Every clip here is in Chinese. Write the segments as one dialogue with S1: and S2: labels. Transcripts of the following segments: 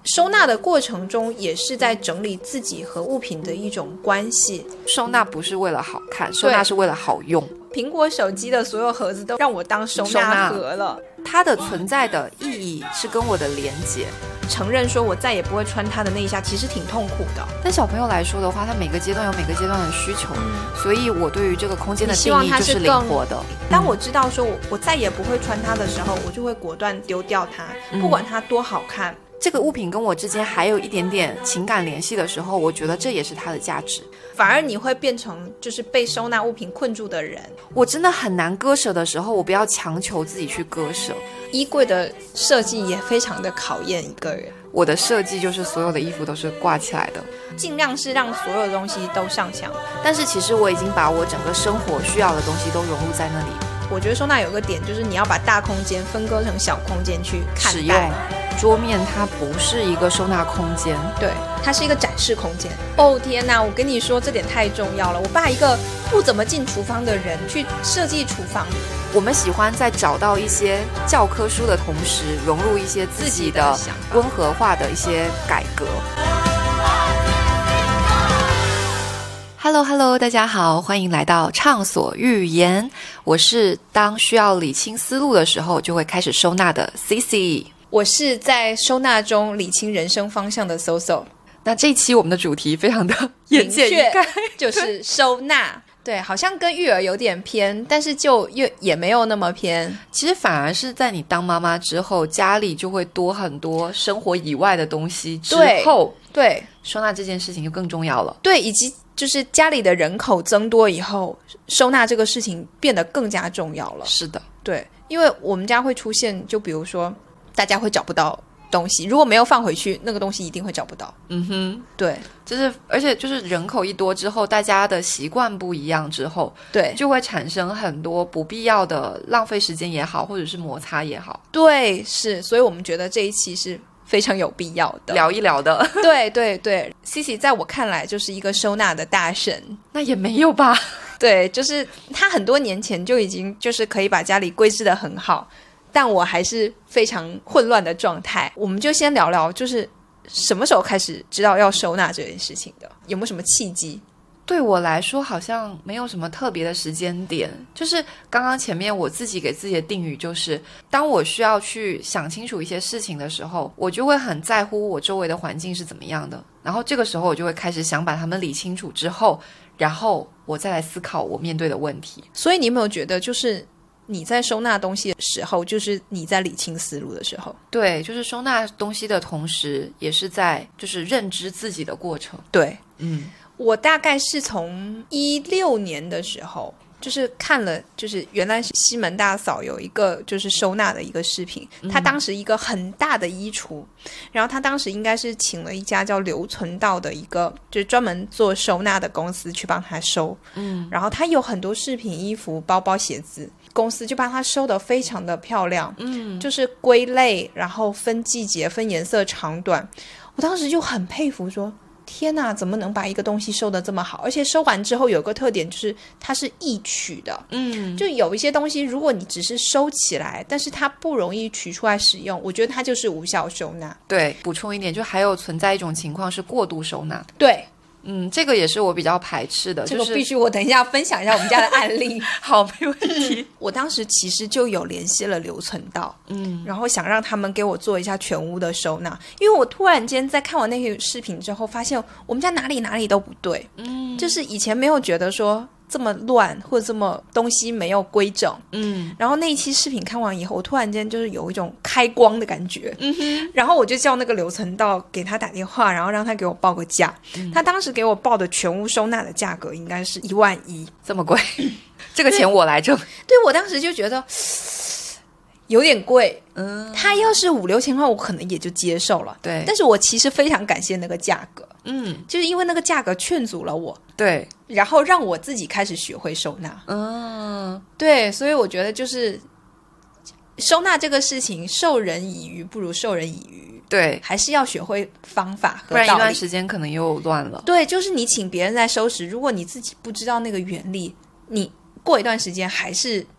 S1: 收纳的过程中也是在整理自己和物品的一种关系。
S2: 收纳不是为了好看，收纳是为了好用。
S1: 苹果手机的所有盒子都让我当收纳盒了，
S2: 它的存在的意义是跟我的连结。
S1: 承认说我再也不会穿它的那一下其实挺痛苦的，
S2: 但小朋友来说的话，他每个阶段有每个阶段的需求，所以我对于这个空间的定义就是灵活的。
S1: 当我知道说我再也不会穿它的时候，我就会果断丢掉它，不管它多好看。
S2: 这个物品跟我之间还有一点点情感联系的时候，我觉得这也是它的价值。
S1: 反而你会变成就是被收纳物品困住的人。
S2: 我真的很难割舍的时候，我不要强求自己去割舍。
S1: 衣柜的设计也非常的考验一个人。
S2: 我的设计就是所有的衣服都是挂起来的，
S1: 尽量是让所有东西都上墙。
S2: 但是其实我已经把我整个生活需要的东西都融入在那里。
S1: 我觉得收纳有个点就是你要把大空间分割成小空间去看待。使用
S2: 桌面它不是一个收纳空间，
S1: 对，它是一个展示空间。哦天哪，我跟你说这点太重要了。我爸一个不怎么进厨房的人去设计厨房。
S2: 我们喜欢在找到一些教科书的同时，融入一些自己的温和化的一些改革。Hello， 大家好，欢迎来到畅所欲言。我是当需要理清思路的时候就会开始收纳的 CC。
S1: 我是在收纳中理清人生方向的 SoSo。
S2: 那这一期我们的主题非常的言简意赅，
S1: 就是收纳。对，好像跟育儿有点偏，但是就也没有那么偏。
S2: 其实反而是在你当妈妈之后，家里就会多很多生活以外的东西之后，
S1: 对，
S2: 收纳这件事情就更重要了。
S1: 对，以及就是家里的人口增多以后，收纳这个事情变得更加重要了。
S2: 是的，
S1: 对，因为我们家会出现，就比如说大家会找不到东西，如果没有放回去，那个东西一定会找不到。对，
S2: 就是而且就是人口一多之后，大家的习惯不一样之后，
S1: 对，
S2: 就会产生很多不必要的浪费时间也好，或者是摩擦也好。
S1: 对，是，所以我们觉得这一期是非常有必要的
S2: 聊一聊的。
S1: 对对对 ，Cici 在我看来就是一个收纳的大神。
S2: 那也没有吧？
S1: 对，就是他很多年前就已经就是可以把家里规制得很好。但我还是非常混乱的状态。我们就先聊聊，就是什么时候开始知道要收纳这件事情的？有没有什么契机？
S2: 对我来说好像没有什么特别的时间点，就是刚刚前面我自己给自己的定语就是，当我需要去想清楚一些事情的时候，我就会很在乎我周围的环境是怎么样的，然后这个时候我就会开始想把它们理清楚之后，然后我再来思考我面对的问题。
S1: 所以你有没有觉得就是你在收纳东西的时候，就是你在理清思路的时候？
S2: 对，就是收纳东西的同时，也是在就是认知自己的过程。
S1: 对，我大概是从16年的时候，就是看了，就是原来是西门大嫂有一个就是收纳的一个视频，她当时一个很大的衣橱，然后她当时应该是请了一家叫留存到的一个就是专门做收纳的公司去帮她收，然后她有很多饰品、衣服、包包、鞋子。公司就帮他收得非常的漂亮，就是归类，然后分季节、分颜色长短。我当时就很佩服说，天哪，怎么能把一个东西收得这么好？而且收完之后有个特点就是它是易取的，就有一些东西如果你只是收起来，但是它不容易取出来使用，我觉得它就是无效收纳。
S2: 对，补充一点，就还有存在一种情况是过度收纳。
S1: 对。
S2: 这个也是我比较排斥的，
S1: 这个必须我等一下分享一下我们家的案例。
S2: 好，没问题。
S1: 我当时其实就有联系了留存到，然后想让他们给我做一下全屋的收纳，因为我突然间在看完那个视频之后，发现我们家哪里都不对，就是以前没有觉得说这么乱或者这么东西没有规整，然后那一期视频看完以后，我突然间就是有一种开光的感觉，然后我就叫那个留存到给他打电话，然后让他给我报个价，他当时给我报的全屋收纳的价格应该是11000，
S2: 这么贵，这个钱我来挣。
S1: 对，我当时就觉得有点贵，他要是5-6千块我可能也就接受了，
S2: 对，
S1: 但是我其实非常感谢那个价格，就是因为那个价格劝阻了我，
S2: 对，
S1: 然后让我自己开始学会收纳，对，所以我觉得就是收纳这个事情，授人以鱼不如授人以渔，对，还是要学会方法和道理，
S2: 不然一段时间可能又乱了。
S1: 对，就是你请别人在收拾，如果你自己不知道那个原理，你过一段时间还是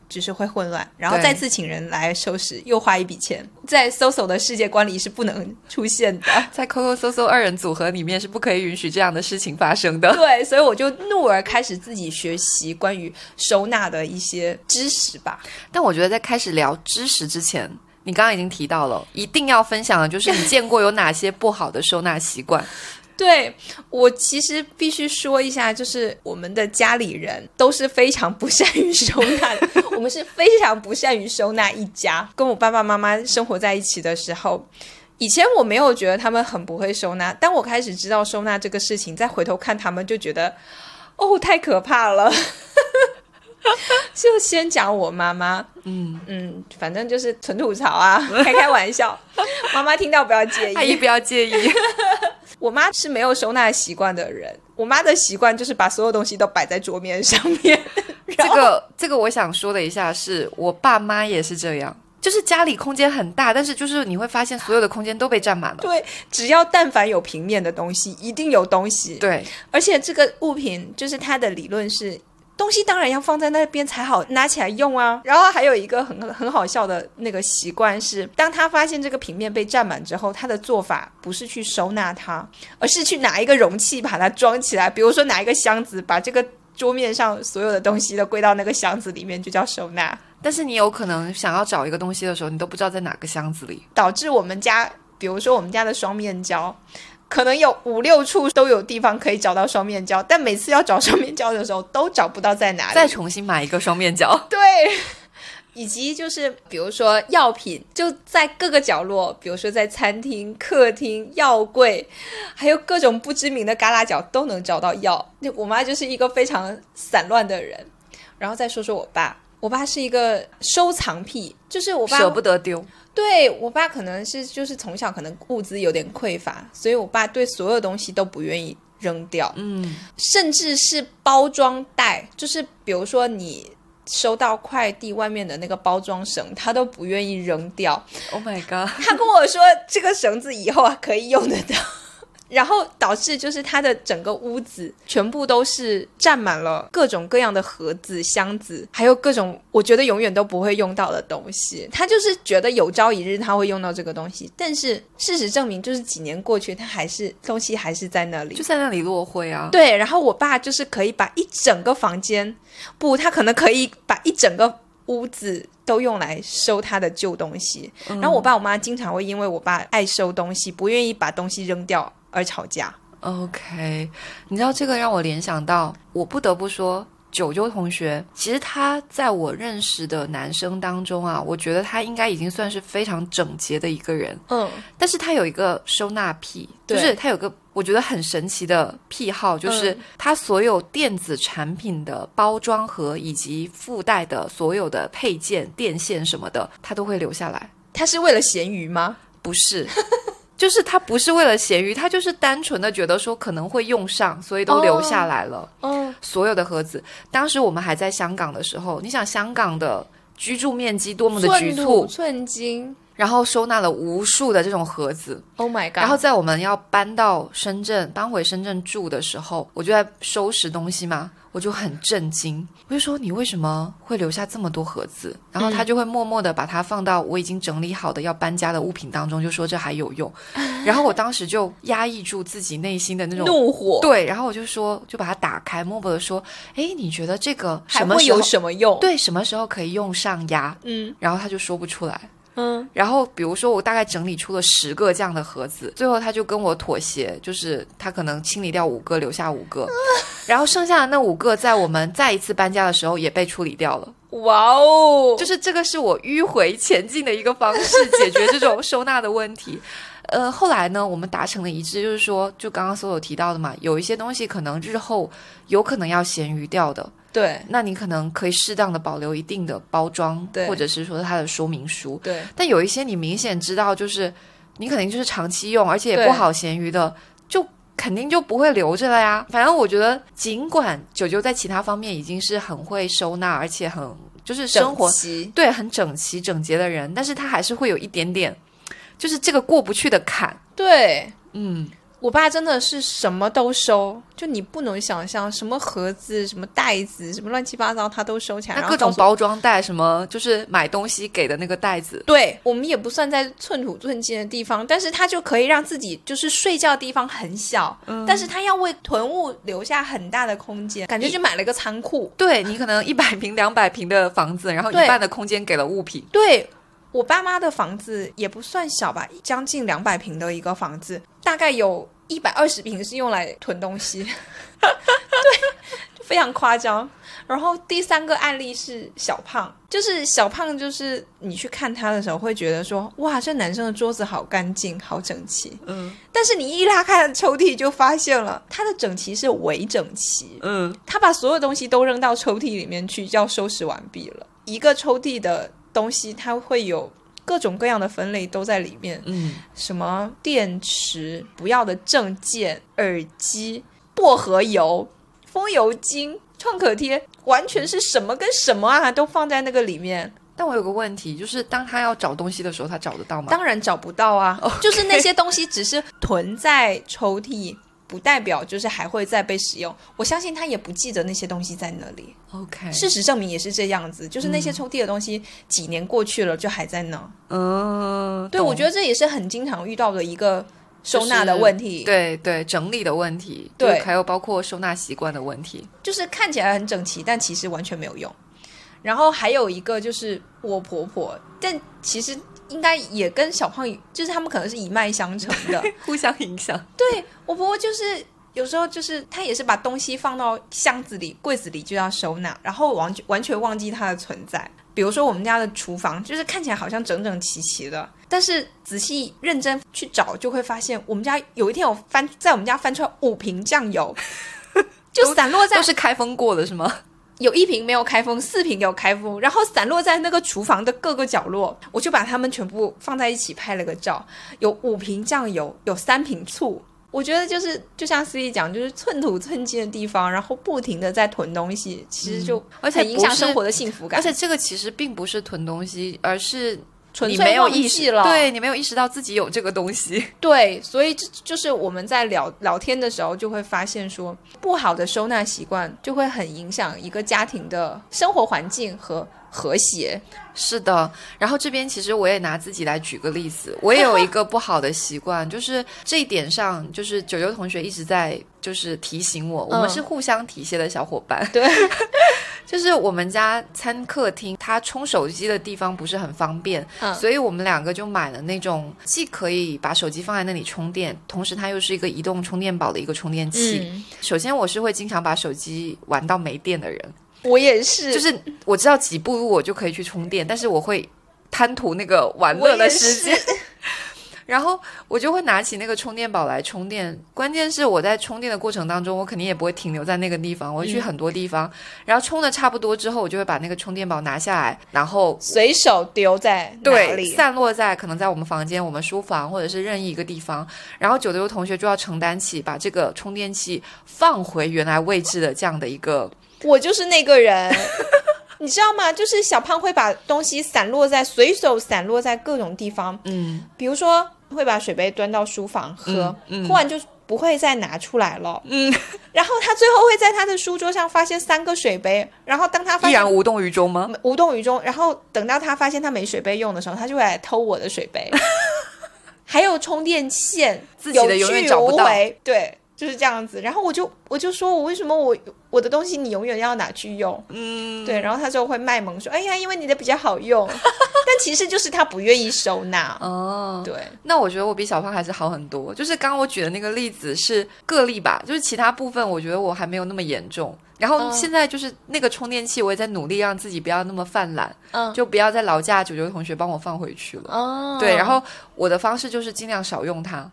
S1: 就是会混乱，然后再次请人来收拾，又花一笔钱，在 SOSO 的世界观里是不能出现的，
S2: 在 Coco SOSO 二人组合里面是不可以允许这样的事情发生的。
S1: 对，所以我就怒而开始自己学习关于收纳的一些知识吧。
S2: 但我觉得在开始聊知识之前，你刚刚已经提到了，一定要分享的就是你见过有哪些不好的收纳习惯。
S1: 对，我其实必须说一下，就是我们的家里人都是非常不善于收纳的我们是非常不善于收纳一家。跟我爸爸妈妈生活在一起的时候，以前我没有觉得他们很不会收纳，当我开始知道收纳这个事情，再回头看他们就觉得太可怕了就先讲我妈妈，反正就是纯吐槽啊，开玩笑妈妈听到不要介意，
S2: 阿姨不要介意
S1: 我妈是没有收纳习惯的人，我妈的习惯就是把所有东西都摆在桌面上面
S2: 这个我想说的一下是我爸妈也是这样，就是家里空间很大，但是就是你会发现所有的空间都被占满了。
S1: 对，只要但凡有平面的东西一定有东西。
S2: 对，
S1: 而且这个物品就是它的理论是东西当然要放在那边才好拿起来用啊。然后还有一个很好笑的那个习惯是，当他发现这个平面被占满之后，他的做法不是去收纳它，而是去拿一个容器把它装起来，比如说拿一个箱子把这个桌面上所有的东西都归到那个箱子里面，就叫收纳。
S2: 但是你有可能想要找一个东西的时候，你都不知道在哪个箱子里，
S1: 导致我们家比如说我们家的双面胶可能有5-6处都有地方可以找到双面胶，但每次要找双面胶的时候都找不到在哪里，
S2: 再重新买一个双面胶。
S1: 对，以及就是比如说药品就在各个角落，比如说在餐厅、客厅、药柜，还有各种不知名的旮旯角都能找到药。我妈就是一个非常散乱的人。然后再说说我爸是一个收藏癖，就是我爸
S2: 舍不得丢。
S1: 对，我爸可能是就是从小可能物资有点匮乏，所以我爸对所有东西都不愿意扔掉，甚至是包装袋，就是比如说你收到快递外面的那个包装绳，他都不愿意扔掉。
S2: Oh my god！
S1: 他跟我说这个绳子以后可以用得到。然后导致就是他的整个屋子全部都是占满了各种各样的盒子、箱子，还有各种我觉得永远都不会用到的东西。他就是觉得有朝一日他会用到这个东西，但是事实证明就是几年过去，他东西还是在那里，
S2: 就在那里落灰啊。
S1: 对，然后我爸就是可以把一整个房间，他可能可以把一整个屋子都用来收他的旧东西。然后我爸我妈经常会因为我爸爱收东西，不愿意把东西扔掉而吵架。
S2: OK， 你知道这个让我联想到，我不得不说九九同学其实他在我认识的男生当中啊，我觉得他应该已经算是非常整洁的一个人。但是他有一个收纳癖，就是他有个我觉得很神奇的癖好，就是他所有电子产品的包装盒以及附带的所有的配件、电线什么的，他都会留下来。
S1: 他是为了咸鱼吗？
S2: 不是就是他不是为了咸鱼，他就是单纯的觉得说可能会用上，所以都留下来了。所有的盒子，当时我们还在香港的时候，你想香港的居住面积多么的局促，
S1: 寸金，
S2: 然后收纳了无数的这种盒子。
S1: Oh my god！
S2: 然后在我们要搬回深圳住的时候，我就在收拾东西嘛，我就很震惊，我就说你为什么会留下这么多盒子？然后他就会默默的把它放到我已经整理好的要搬家的物品当中，就说这还有用。然后我当时就压抑住自己内心的那种
S1: 怒火，
S2: 对，然后我就说，就把它打开，默默的说，诶，你觉得这个什么时候
S1: 还会有什么用？
S2: 对，什么时候可以用上呀？然后他就说不出来。然后比如说我大概整理出了10个这样的盒子，最后他就跟我妥协，就是他可能清理掉5个，留下5个，然后剩下的那5个在我们再一次搬家的时候也被处理掉了。
S1: 哇哦，
S2: 就是这个是我迂回前进的一个方式，解决这种收纳的问题。后来呢，我们达成了一致，就是说，就刚刚所有提到的嘛，有一些东西可能日后有可能要咸鱼掉的，
S1: 对，
S2: 那你可能可以适当的保留一定的包装，或者是说它的说明书，
S1: 对。
S2: 但有一些你明显知道，就是你肯定就是长期用，而且也不好咸鱼的，就肯定就不会留着了呀。反正我觉得，尽管九九在其他方面已经是很会收纳，而且很就是生活对很整齐整洁的人，但是他还是会有一点点。就是这个过不去的坎。
S1: 对， 我爸真的是什么都收，就你不能想象，什么盒子、什么袋子、什么乱七八糟他都收起来。
S2: 那各种包装袋，什么就是买东西给的那个袋子。
S1: 对，我们也不算在寸土寸金的地方，但是他就可以让自己就是睡觉的地方很小，但是他要为囤物留下很大的空间，感觉就买了一个仓库。
S2: 对，你可能100平、200平的房子，然后一半的空间给了物品。
S1: 对。我爸妈的房子也不算小吧，将近200平的一个房子，大概有120平是用来囤东西。对，就非常夸张。然后第3个案例是小胖，就是小胖，就是你去看他的时候会觉得说，哇，这男生的桌子好干净好整齐，但是你一拉开抽屉就发现了他的整齐是伪整齐，他把所有东西都扔到抽屉里面去，要收拾完毕了。一个抽屉的东西它会有各种各样的分类都在里面，什么电池、不要的证件、耳机、薄荷油、风油精、创可贴，完全是什么跟什么啊，都放在那个里面。
S2: 但我有个问题，就是当他要找东西的时候，他找得到吗？
S1: 当然找不到啊，就是那些东西只是囤在抽屉，不代表就是还会再被使用。我相信他也不记得那些东西在哪里。
S2: OK，
S1: 事实证明也是这样子，就是那些抽屉的东西几年过去了就还在那。对，我觉得这也是很经常遇到的一个收纳的问题，
S2: 对对，整理的问题，
S1: 对，
S2: 还有包括收纳习惯的问题，
S1: 就是看起来很整齐，但其实完全没有用。然后还有一个就是我婆婆，但其实应该也跟小胖，就是他们可能是一脉相承的，
S2: 互相影响。
S1: 对，我婆婆就是有时候就是她也是把东西放到箱子里、柜子里就要收纳，然后完全忘记它的存在。比如说我们家的厨房，就是看起来好像整整齐齐的，但是仔细认真去找，就会发现我们家有一天在我们家翻出来5瓶酱油，就散落在
S2: 都是开封过的是吗？
S1: 有1瓶没有开封，4瓶有开封，然后散落在那个厨房的各个角落，我就把它们全部放在一起拍了个照。有5瓶酱油，有3瓶醋。我觉得就像思怡讲，就是寸土寸金的地方，然后不停的在囤东西，其实就很影响生活的幸福感。
S2: 而且这个其实并不是囤东西，而是
S1: 纯粹忘记了，
S2: 对，你没有意识到自己有这个东西。
S1: 对，所以就是我们在聊天的时候就会发现说，不好的收纳习惯就会很影响一个家庭的生活环境和和谐。
S2: 是的，然后这边其实我也拿自己来举个例子，我也有一个不好的习惯，就是这一点上，就是九九同学一直在就是提醒我，我们是互相提携的小伙伴。
S1: 对，
S2: 就是我们家餐客厅，它充手机的地方不是很方便，所以我们2个就买了那种既可以把手机放在那里充电，同时它又是一个移动充电宝的一个充电器。首先我是会经常把手机玩到没电的人。
S1: 我也是，
S2: 就是我知道几步路我就可以去充电，但是我会贪图那个玩乐的时间，然后我就会拿起那个充电宝来充电。关键是我在充电的过程当中，我肯定也不会停留在那个地方，我会去很多地方，然后充的差不多之后，我就会把那个充电宝拿下来，然后
S1: 随手丢在哪里，
S2: 对，散落在可能在我们房间、我们书房或者是任意一个地方，然后九九同学就要承担起把这个充电器放回原来位置的这样的一个。
S1: 我就是那个人你知道吗？就是小胖会把东西随手散落在各种地方，比如说会把水杯端到书房喝，喝完就不会再拿出来了，然后他最后会在他的书桌上发现3个水杯，然后当他发现
S2: 依然无动于衷吗？
S1: 无动于衷，然后等到他发现他没水杯用的时候，他就会来偷我的水杯还有充电线，
S2: 自己的永远找不到，
S1: 对，就是这样子。然后我就说，我为什么我的东西你永远要拿去用？对，然后他就会卖萌说，哎呀，因为你的比较好用但其实就是他不愿意收纳。对，
S2: 那我觉得我比小胖还是好很多。就是刚刚我举的那个例子是个例吧，就是其他部分我觉得我还没有那么严重。然后现在就是那个充电器，我也在努力让自己不要那么犯懒，就不要再劳驾九九同学帮我放回去了。对，然后我的方式就是尽量少用它。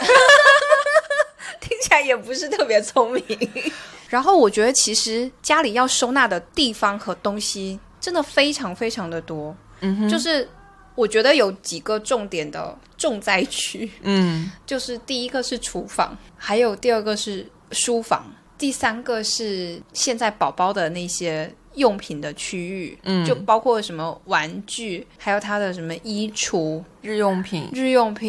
S1: 听起来也不是特别聪明然后我觉得其实家里要收纳的地方和东西真的非常非常的多，就是我觉得有几个重点的重灾区，就是第一个是厨房，还有第2个是书房，第3个是现在宝宝的那些用品的区域，就包括什么玩具，还有他的什么衣橱、
S2: 日用品，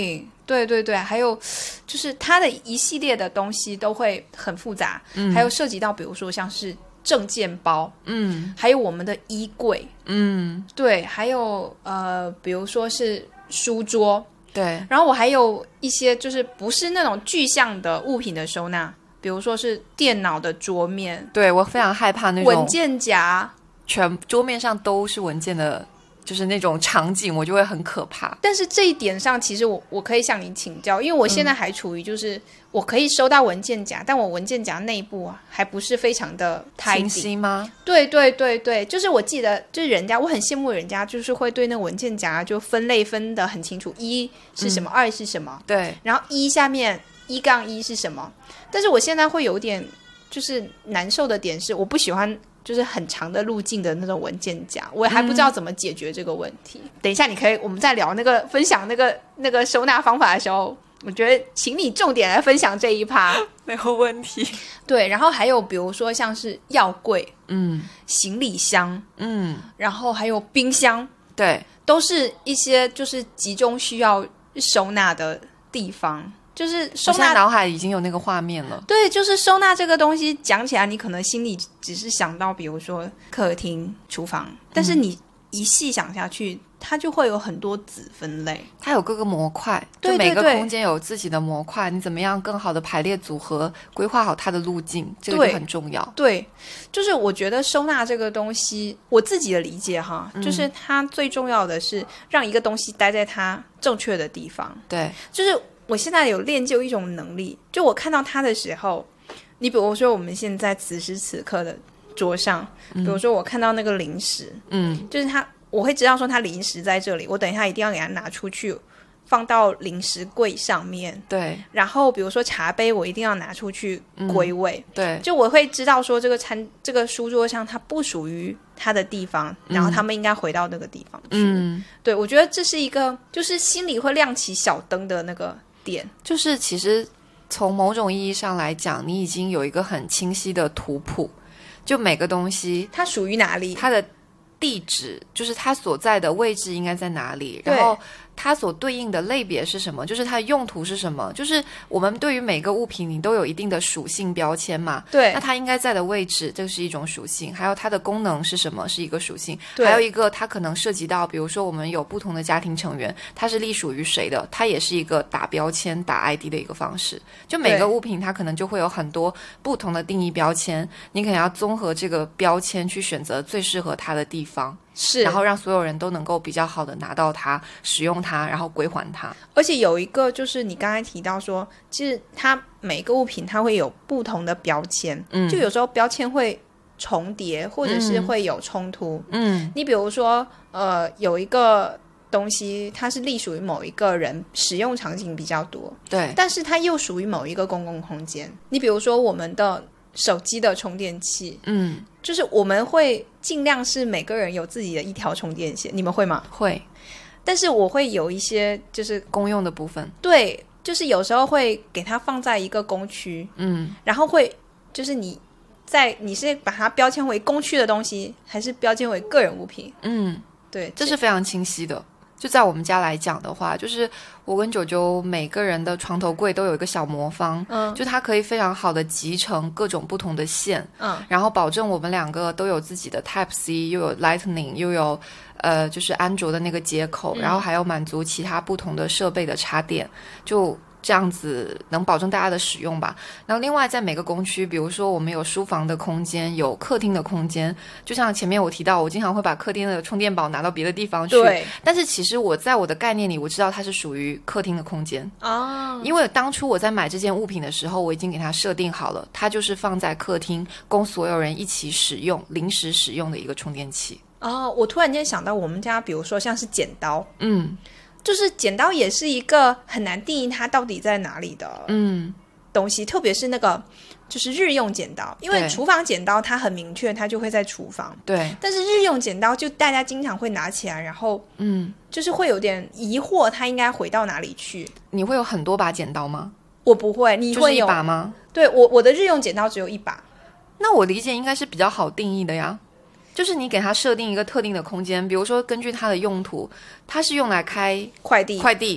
S1: 对对对，还有就是它的一系列的东西都会很复杂，还有涉及到比如说像是证件包，还有我们的衣柜，对，还有比如说是书桌，
S2: 对，
S1: 然后我还有一些就是不是那种具象的物品的收纳，比如说是电脑的桌面，
S2: 对，我非常害怕那种
S1: 文件夹，
S2: 全桌面上都是文件的，就是那种场景，我就会很可怕。
S1: 但是这一点上，其实我可以向你请教，因为我现在还处于就是我可以收到文件夹，但我文件夹内部啊还不是非常的
S2: 清晰吗？
S1: 对对对对，就是我记得就是人家，我很羡慕人家就是会对那个文件夹就分类分得很清楚，一是什么，二是什么，
S2: 对，
S1: 然后一下面1-1是什么，但是我现在会有点就是难受的点是，我不喜欢就是很长的路径的那种文件夹，我还不知道怎么解决这个问题。等一下，我们在聊分享那个收纳方法的时候，我觉得请你重点来分享这一趴，
S2: 没有问题。
S1: 对，然后还有比如说像是药柜，行李箱，然后还有冰箱，
S2: 对，
S1: 都是一些就是集中需要收纳的地方。就是收纳，
S2: 我现在脑海已经有那个画面了。
S1: 对，就是收纳这个东西讲起来，你可能心里只是想到，比如说客厅、厨房，但是你一细想下去，它就会有很多子分类，
S2: 它有各个模块，
S1: 对对对，
S2: 就每个空间有自己的模块，你怎么样更好的排列组合，规划好它的路径，这个就很重要。
S1: 对，就是我觉得收纳这个东西，我自己的理解哈，就是它最重要的是让一个东西待在它正确的地方。
S2: 对，
S1: 就是我现在有练就一种能力，就我看到它的时候，你比如说我们现在此时此刻的桌上，比如说我看到那个零食，就是我会知道说它零食在这里，我等一下一定要给它拿出去放到零食柜上面。
S2: 对，
S1: 然后比如说茶杯，我一定要拿出去归位。
S2: 对，
S1: 就我会知道说这个书桌上它不属于它的地方，然后他们应该回到那个地方去。对，我觉得这是一个就是心里会亮起小灯的那个点，
S2: 就是其实从某种意义上来讲，你已经有一个很清晰的图谱，就每个东西
S1: 它属于哪里，
S2: 它的地址就是它所在的位置应该在哪里，然后它所对应的类别是什么，就是它的用途是什么，就是我们对于每个物品你都有一定的属性标签嘛。
S1: 对，
S2: 那它应该在的位置，这是一种属性，还有它的功能是什么，是一个属性，还有一个它可能涉及到，比如说我们有不同的家庭成员，它是隶属于谁的，它也是一个打标签打 ID 的一个方式。就每个物品它可能就会有很多不同的定义标签，你可能要综合这个标签去选择最适合它的地方，
S1: 是，
S2: 然后让所有人都能够比较好的拿到它，使用它，然后归还它。
S1: 而且有一个就是你刚才提到说，其实它每个物品它会有不同的标签，就有时候标签会重叠，或者是会有冲突。你比如说有一个东西它是隶属于某一个人使用场景比较多，
S2: 对，
S1: 但是它又属于某一个公共空间。你比如说我们的手机的充电器，就是我们会尽量是每个人有自己的一条充电线，你们会吗？
S2: 会，
S1: 但是我会有一些就是
S2: 公用的部分，
S1: 对，就是有时候会给它放在一个公区，然后会就是你是把它标签为公区的东西，还是标签为个人物品？对，
S2: 这是非常清晰的。就在我们家来讲的话，就是我跟九九每个人的床头柜都有一个小魔方，就它可以非常好的集成各种不同的线，然后保证我们两个都有自己的 Type C， 又有 Lightning， 又有就是安卓的那个接口，然后还有满足其他不同的设备的插电，就这样子能保证大家的使用吧。然后另外在每个工区，比如说我们有书房的空间，有客厅的空间，就像前面我提到，我经常会把客厅的充电宝拿到别的地方去，
S1: 对，
S2: 但是其实我在我的概念里，我知道它是属于客厅的空间因为当初我在买这件物品的时候，我已经给它设定好了，它就是放在客厅供所有人一起使用临时使用的一个充电器。
S1: 我突然间想到我们家比如说像是剪刀，就是剪刀也是一个很难定义它到底在哪里的东西，特别是那个就是日用剪刀，因为厨房剪刀它很明确，它就会在厨房，
S2: 对，
S1: 但是日用剪刀就大家经常会拿起来，然后就是会有点疑惑它应该回到哪里去。
S2: 你会有很多把剪刀吗？
S1: 我不会，你会有
S2: 就是一把吗？
S1: 对，我的日用剪刀只有一把。
S2: 那我理解应该是比较好定义的呀，就是你给它设定一个特定的空间，比如说根据它的用途，它是用来开
S1: 快递，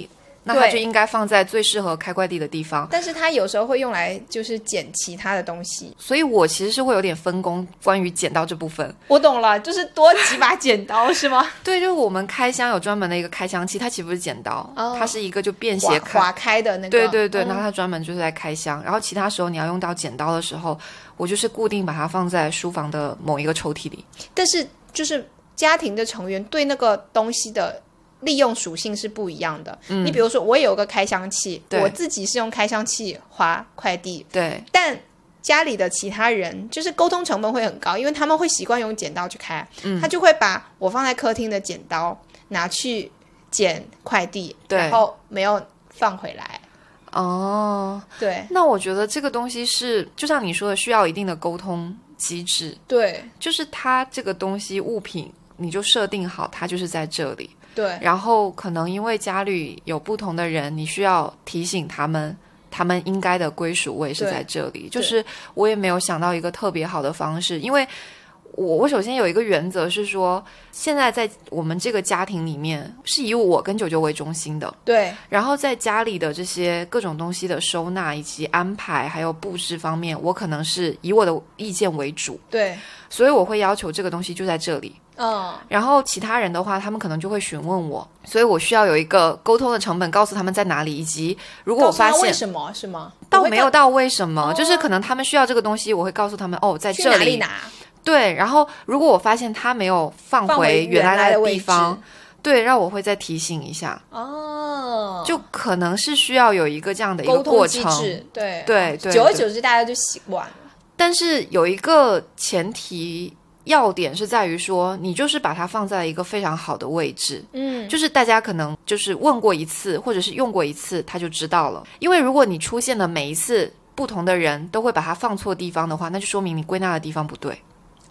S2: 那它就应该放在最适合开快递的地方。
S1: 但是它有时候会用来就是捡其他的东西，
S2: 所以我其实是会有点分工，关于捡到这部分。
S1: 我懂了，就是多几把剪刀是吗？
S2: 对，就是我们开箱有专门的一个开箱器，它其实不是剪刀，它是一个就便携
S1: 划开的那个。
S2: 对对对，然后它专门就是在开箱，然后其他时候你要用到剪刀的时候，我就是固定把它放在书房的某一个抽屉里。
S1: 但是就是家庭的成员对那个东西的利用属性是不一样的。你比如说我有个开箱器，我自己是用开箱器划快递，
S2: 对，
S1: 但家里的其他人就是沟通成本会很高，因为他们会习惯用剪刀去开，他就会把我放在客厅的剪刀拿去剪快递，然后没有放回来。
S2: 哦，
S1: 对，
S2: 那我觉得这个东西是就像你说的，需要一定的沟通机制。
S1: 对，
S2: 就是它这个东西物品你就设定好它就是在这里，
S1: 对，
S2: 然后可能因为家里有不同的人，你需要提醒他们应该的归属位是在这里。就是我也没有想到一个特别好的方式，因为我首先有一个原则是说，现在在我们这个家庭里面是以我跟九九为中心的，
S1: 对，
S2: 然后在家里的这些各种东西的收纳以及安排还有布置方面，我可能是以我的意见为主，
S1: 对，
S2: 所以我会要求这个东西就在这里。然后其他人的话，他们可能就会询问我，所以我需要有一个沟通的成本，告诉他们在哪里，以及如果我发现
S1: 为什么是吗？
S2: 倒没有到为什么，就是可能他们需要这个东西，我会告诉他们在这里，
S1: 去哪里拿。
S2: 对，然后如果我发现他没有放回原来的地方，对，让我会再提醒一下。就可能是需要有一个这样的一个过程，
S1: 沟通机制。对
S2: 对对，
S1: 久而久之大家就习惯了。
S2: 但是有一个前提要点是在于说，你就是把它放在一个非常好的位置，就是大家可能就是问过一次或者是用过一次他就知道了。因为如果你出现的每一次不同的人都会把它放错地方的话，那就说明你归纳的地方不对。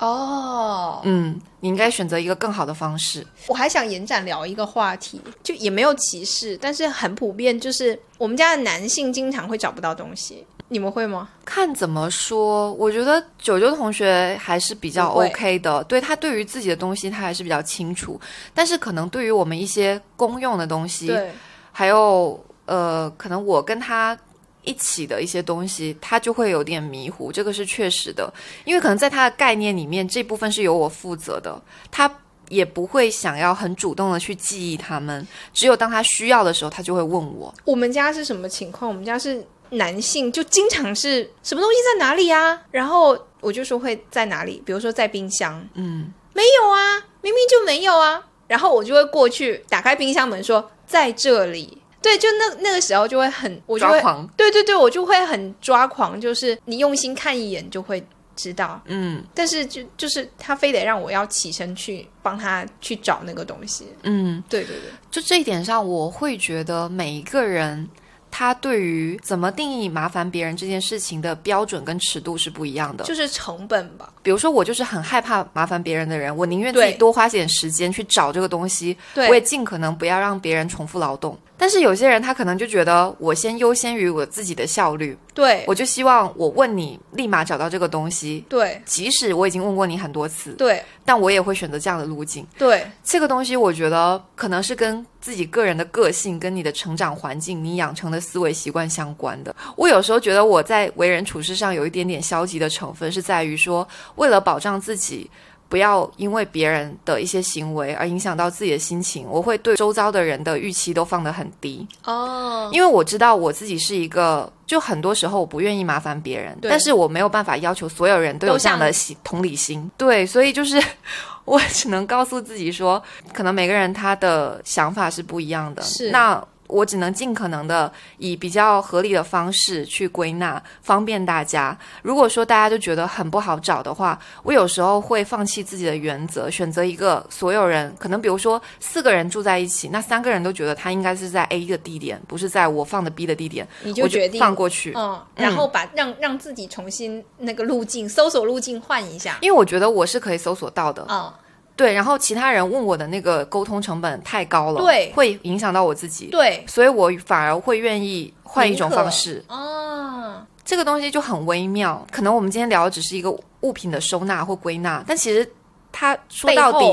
S2: 你应该选择一个更好的方式。
S1: 我还想延展聊一个话题，就也没有歧视，但是很普遍，就是我们家的男性经常会找不到东西，你们会吗？
S2: 看怎么说，我觉得九九同学还是比较 OK 的，对，他对于自己的东西他还是比较清楚，但是可能对于我们一些公用的东西，对，还有可能我跟他一起的一些东西他就会有点迷糊，这个是确实的，因为可能在他的概念里面这部分是由我负责的，他也不会想要很主动的去记忆他们，只有当他需要的时候他就会问我。我
S1: 们家是什么情况？我们家是男性就经常是什么东西在哪里啊，然后我就说会在哪里，比如说在冰箱，没有啊，明明就没有啊，然后我就会过去打开冰箱门说在这里。对，就那个时候就会很，我就会抓狂。对对对，我就会很抓狂，就是你用心看一眼就会知道。但是就是他非得让我要起身去帮他去找那个东西。对对对，
S2: 就这一点上，我会觉得每一个人他对于怎么定义麻烦别人这件事情的标准跟尺度是不一样的，
S1: 就是成本吧。
S2: 比如说我就是很害怕麻烦别人的人，我宁愿自己多花点时间去找这个东西，我也尽可能不要让别人重复劳动。但是有些人他可能就觉得我先优先于我自己的效率，对，我就希望我问你立马找到这个东西，对，即使我已经问过你很多次，对，但我也会选择这样的路径。对，这个东西我觉得可能是跟自己个人的个性跟你的成长环境你养成的思维习惯相关的。我有时候觉得我在为人处事上有一点点消极的成分，是在于说为了保障自己不要因为别人的一些行为而影响到自己的心情，我会对周遭的人的预期都放得很低。因为我知道我自己是一个，就很多时候我不愿意麻烦别人，但是我没有办法要求所有人都有这样的同理心。对，所以就是我只能告诉自己说，可能每个人他的想法是不一样的，是那我只能尽可能的以比较合理的方式去归纳，方便大家。如果说大家就觉得很不好找的话，我有时候会放弃自己的原则，选择一个所有人，可能比如说4个人住在一起，那3个人都觉得他应该是在 A 的地点，不是在我放的 B 的地点，
S1: 你就决定
S2: 放过去，
S1: 然后让自己重新那个路径搜索路径换一下，
S2: 因为我觉得我是可以搜索到的。对，然后其他人问我的那个沟通成本太高了，对，会影响到我自己，对，所以我反而会愿意换一种方式。这个东西就很微妙，可能我们今天聊的只是一个物品的收纳或归纳，但其实它说到底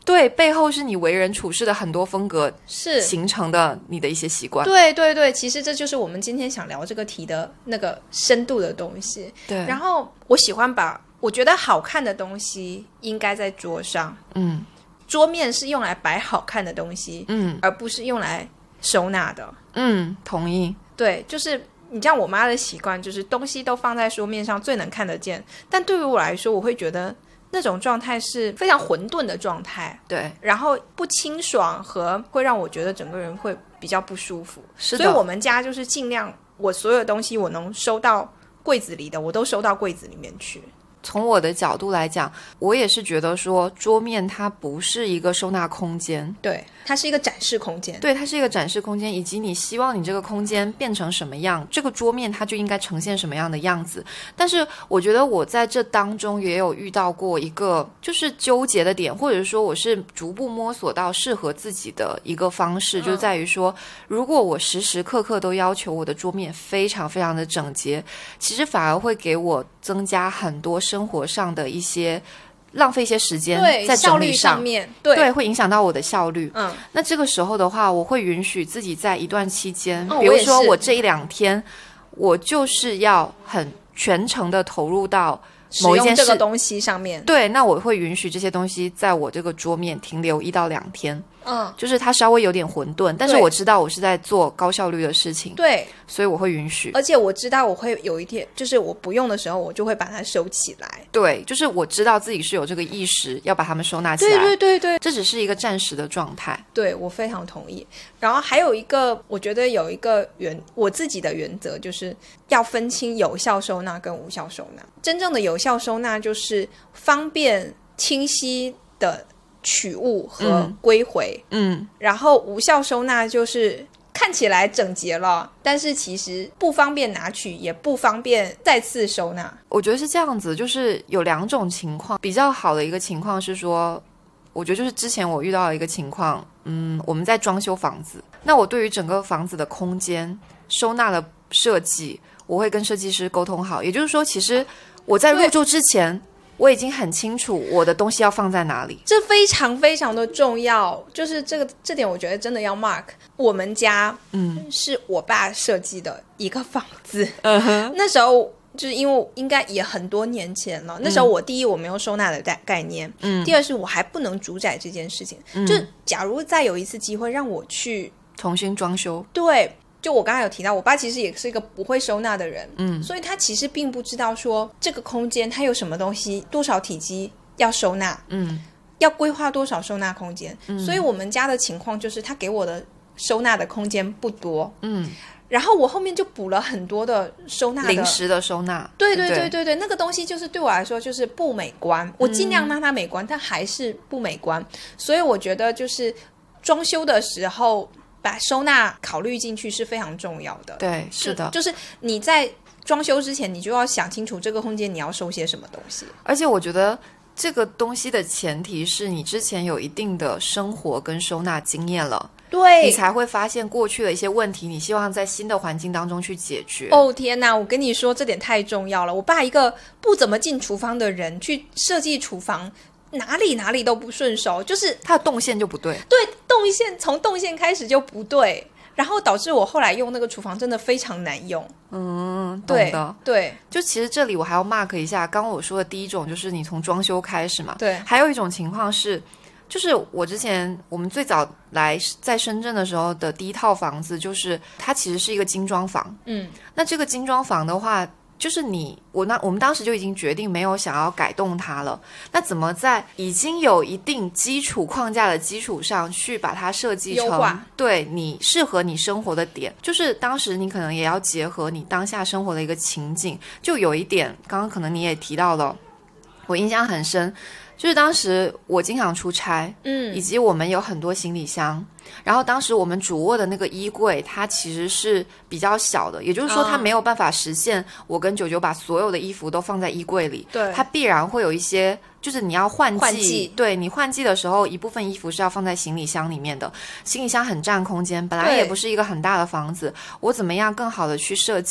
S2: 对，背后是你为人处事的很多风格
S1: 是
S2: 形成的你的一些习惯。
S1: 对对对，其实这就是我们今天想聊这个题的那个深度的东西。
S2: 对，
S1: 然后我喜欢把我觉得好看的东西应该在桌上，桌面是用来摆好看的东西，而不是用来收纳的。
S2: 同意。
S1: 对，就是你像我妈的习惯，就是东西都放在桌面上最能看得见，但对于我来说，我会觉得那种状态是非常混沌的状态，
S2: 对，
S1: 然后不清爽和会让我觉得整个人会比较不舒服。
S2: 是的，
S1: 所以我们家就是尽量我所有的东西我能收到柜子里的，我都收到柜子里面去。
S2: 从我的角度来讲，我也是觉得说桌面它不是一个收纳空间，
S1: 对，它是一个展示空间，
S2: 对，它是一个展示空间，以及你希望你这个空间变成什么样，这个桌面它就应该呈现什么样的样子。但是我觉得我在这当中也有遇到过一个就是纠结的点，或者说我是逐步摸索到适合自己的一个方式，就在于说如果我时时刻刻都要求我的桌面非常非常的整洁，其实反而会给我增加很多生活上的一些浪费一些时间在整理
S1: 上面，
S2: 对，会影响到我的效率。那这个时候的话，我会允许自己在一段期间，比如说我这1-2天，我就是要很全程的投入到某一件事
S1: 这个东西上面。
S2: 对，那我会允许这些东西在我这个桌面停留1到2天。就是它稍微有点混沌，但是我知道我是在做高效率的事情，
S1: 对，
S2: 所以我会允许。
S1: 而且我知道我会有一天，就是我不用的时候，我就会把它收起来。
S2: 对，就是我知道自己是有这个意识要把它们收纳起来。
S1: 对对对对，
S2: 这只是一个暂时的状态。
S1: 对，我非常同意。然后还有一个，我觉得有一个我自己的原则，就是要分清有效收纳跟无效收纳。真正的有效收纳就是方便清晰的取物和归回，然后无效收纳就是看起来整洁了，但是其实不方便拿取，也不方便再次收纳。
S2: 我觉得是这样子，就是有2种情况。比较好的一个情况是说，我觉得就是之前我遇到的一个情况，我们在装修房子，那我对于整个房子的空间收纳的设计，我会跟设计师沟通好，也就是说，其实我在入住之前，我已经很清楚我的东西要放在哪里，
S1: 这非常非常的重要。就是这点我觉得真的要 mark。 我们家是我爸设计的一个房子，那时候就是因为应该也很多年前了，那时候第一我没有收纳的概念，第二是我还不能主宰这件事情，就假如再有一次机会让我去
S2: 重新装修，
S1: 对，就我刚才有提到，我爸其实也是一个不会收纳的人，所以他其实并不知道说这个空间它有什么东西，多少体积要收纳，要规划多少收纳空间，所以我们家的情况就是他给我的收纳的空间不多，然后我后面就补了很多的收纳的
S2: 临时的收纳，
S1: 对对对对对，那个东西就是对我来说就是不美观，我尽量让它美观，但还是不美观，所以我觉得就是装修的时候把收纳考虑进去是非常重要的。
S2: 对，是的，
S1: 就是你在装修之前，你就要想清楚这个空间你要收些什么东西。
S2: 而且我觉得这个东西的前提是你之前有一定的生活跟收纳经验了，
S1: 对，
S2: 你才会发现过去的一些问题，你希望在新的环境当中去解决。
S1: 哦天哪，我跟你说这点太重要了。我爸一个不怎么进厨房的人去设计厨房，哪里都不顺手，就是
S2: 它的动线就不对，
S1: 对，从动线开始就不对，然后导致我后来用那个厨房真的非常难用。
S2: 懂的。
S1: 对，
S2: 就其实这里我还要 mark 一下，刚刚我说的第一种就是你从装修开始嘛，
S1: 对，
S2: 还有一种情况是，就是我们最早来在深圳的时候的第一套房子，就是它其实是一个精装房，那这个精装房的话，就是我们当时就已经决定没有想要改动它了，那怎么在已经有一定基础框架的基础上去把它设计成对你适合你生活的点，就是当时你可能也要结合你当下生活的一个情境。就有一点刚刚可能你也提到了，我印象很深，就是当时我经常出差，以及我们有很多行李箱，然后当时我们主卧的那个衣柜它其实是比较小的，也就是说它没有办法实现我跟九九把所有的衣服都放在衣柜里，
S1: 对，
S2: 它必然会有一些就是你要换季，对，你换季的时候一部分衣服是要放在行李箱里面的，行李箱很占空间，本来也不是一个很大的房子，我怎么样更好的去设计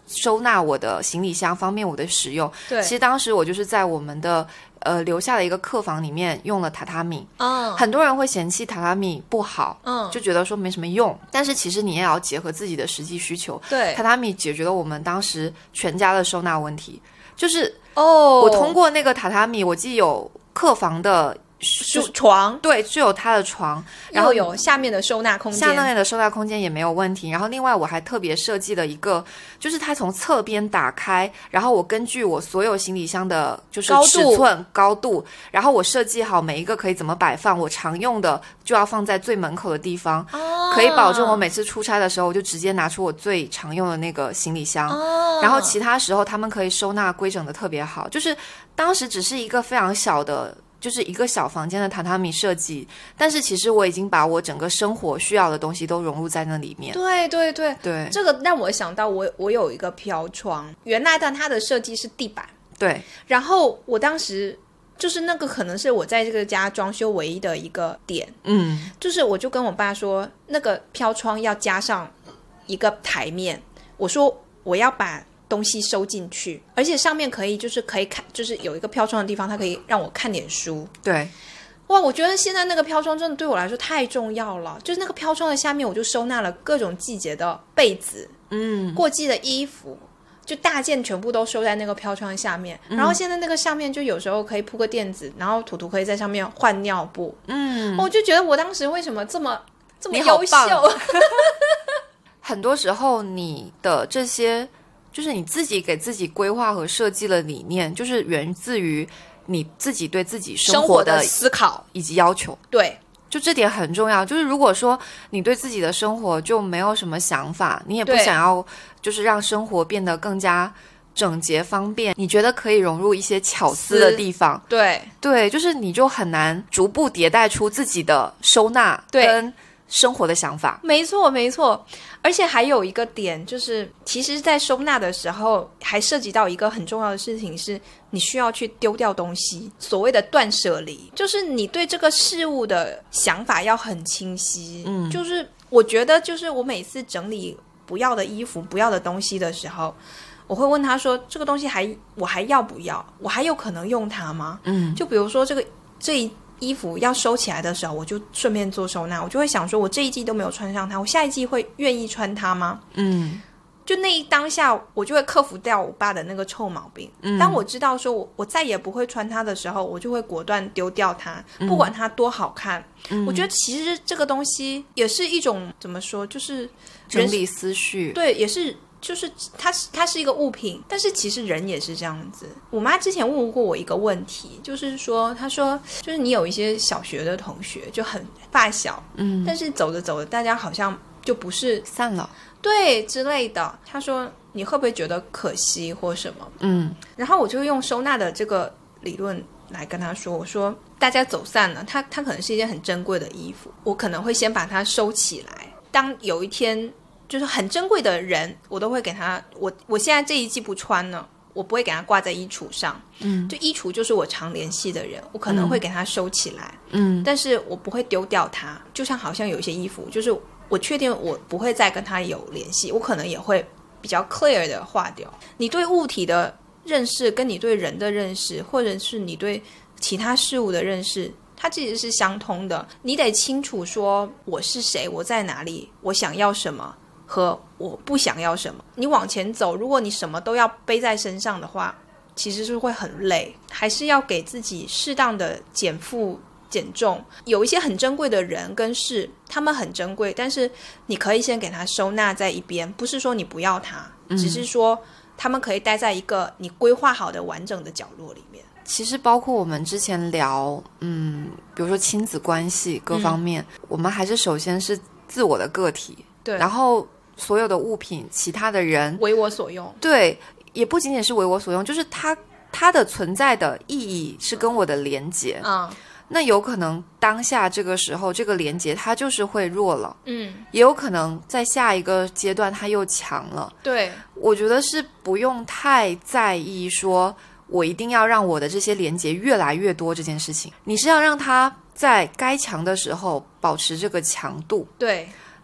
S2: 收纳我的行李箱，方便我的使用。
S1: 对，
S2: 其实当时我就是在我们的留下的一个客房里面用了榻榻米。很多人会嫌弃榻榻米不好，就觉得说没什么用，但是其实你也要结合自己的实际需求。
S1: 对，
S2: 榻榻米解决了我们当时全家的收纳问题，就是我通过那个榻榻米，我既有客房的
S1: 床，
S2: 对，就有它的床，然后
S1: 有下面的收纳空间，
S2: 下面的收纳空间也没有问题。然后另外我还特别设计了一个，就是它从侧边打开，然后我根据我所有行李箱的就是尺寸高度，然后我设计好每一个可以怎么摆放，我常用的就要放在最门口的地方，可以保证我每次出差的时候我就直接拿出我最常用的那个行李箱，然后其他时候他们可以收纳规整的特别好。就是当时只是一个非常小的，就是一个小房间的榻榻米设计，但是其实我已经把我整个生活需要的东西都融入在那里面。
S1: 对对对
S2: 对，
S1: 这个让我想到我有一个飘窗，原来的它的设计是地板，
S2: 对，
S1: 然后我当时就是那个可能是我在这个家装修唯一的一个点，就是我就跟我爸说，那个飘窗要加上一个台面，我说我要把东西收进去，而且上面可以看，就是有一个飘窗的地方，它可以让我看点书。
S2: 对，
S1: 哇，我觉得现在那个飘窗真的对我来说太重要了。就是那个飘窗的下面，我就收纳了各种季节的被子，过季的衣服，就大件全部都收在那个飘窗下面。然后现在那个上面就有时候可以铺个垫子，然后图图可以在上面换尿布。我就觉得我当时为什么这么优秀？
S2: 很多时候你的这些。就是你自己给自己规划和设计的理念，就是源自于你自己对自己生活的
S1: 思考
S2: 以及要求。
S1: 对，
S2: 就这点很重要。就是如果说你对自己的生活就没有什么想法，你也不想要就是让生活变得更加整洁方便，你觉得可以融入一些巧思的地方，对，就是你就很难逐步迭代出自己的收纳跟生活的想法。
S1: 没错没错。而且还有一个点就是，其实在收纳的时候还涉及到一个很重要的事情，是你需要去丢掉东西，所谓的断舍离，就是你对这个事物的想法要很清晰。就是我觉得就是我每次整理不要的衣服不要的东西的时候，我会问他说，这个东西我还要不要，我还有可能用它吗？就比如说这一衣服要收起来的时候，我就顺便做收纳，我就会想说，我这一季都没有穿上它，我下一季会愿意穿它吗？就那一当下，我就会克服掉我爸的那个臭毛病。当我知道说我再也不会穿它的时候，我就会果断丢掉它，不管它多好看。我觉得其实这个东西也是一种怎么说，就是
S2: 整理思绪。
S1: 对，也是。就是它是一个物品，但是其实人也是这样子。我妈之前问过我一个问题，就是说，她说，就是你有一些小学的同学就很发小，但是走着走着，大家好像就不是
S2: 散了，
S1: 对之类的。她说，你会不会觉得可惜或什么？然后我就用收纳的这个理论来跟她说，我说，大家走散了，它可能是一件很珍贵的衣服，我可能会先把它收起来，当有一天。就是很珍贵的人，我都会给他。我现在这一季不穿了，我不会给他挂在衣橱上。就衣橱就是我常联系的人，我可能会给他收起来。但是我不会丢掉它。就像好像有一些衣服，就是我确定我不会再跟他有联系，我可能也会比较 clear 的划掉。你对物体的认识，跟你对人的认识，或者是你对其他事物的认识。它其实是相通的，你得清楚说我是谁，我在哪里，我想要什么。和我不想要什么，你往前走，如果你什么都要背在身上的话，其实是会很累，还是要给自己适当的减负减重。有一些很珍贵的人跟事，他们很珍贵，但是你可以先给他收纳在一边，不是说你不要他，只是说他们可以待在一个你规划好的完整的角落里面。
S2: 其实包括我们之前聊比如说亲子关系各方面，我们还是首先是自我的个体，
S1: 对，
S2: 然后所有的物品其他的人
S1: 为我所用，
S2: 对，也不仅仅是为我所用，就是它的存在的意义是跟我的连结。那有可能当下这个时候这个连结它就是会弱了，也有可能在下一个阶段它又强了。
S1: 对，
S2: 我觉得是不用太在意说我一定要让我的这些连结越来越多这件事情，你是要让它在该强的时候保持这个强度。
S1: 对，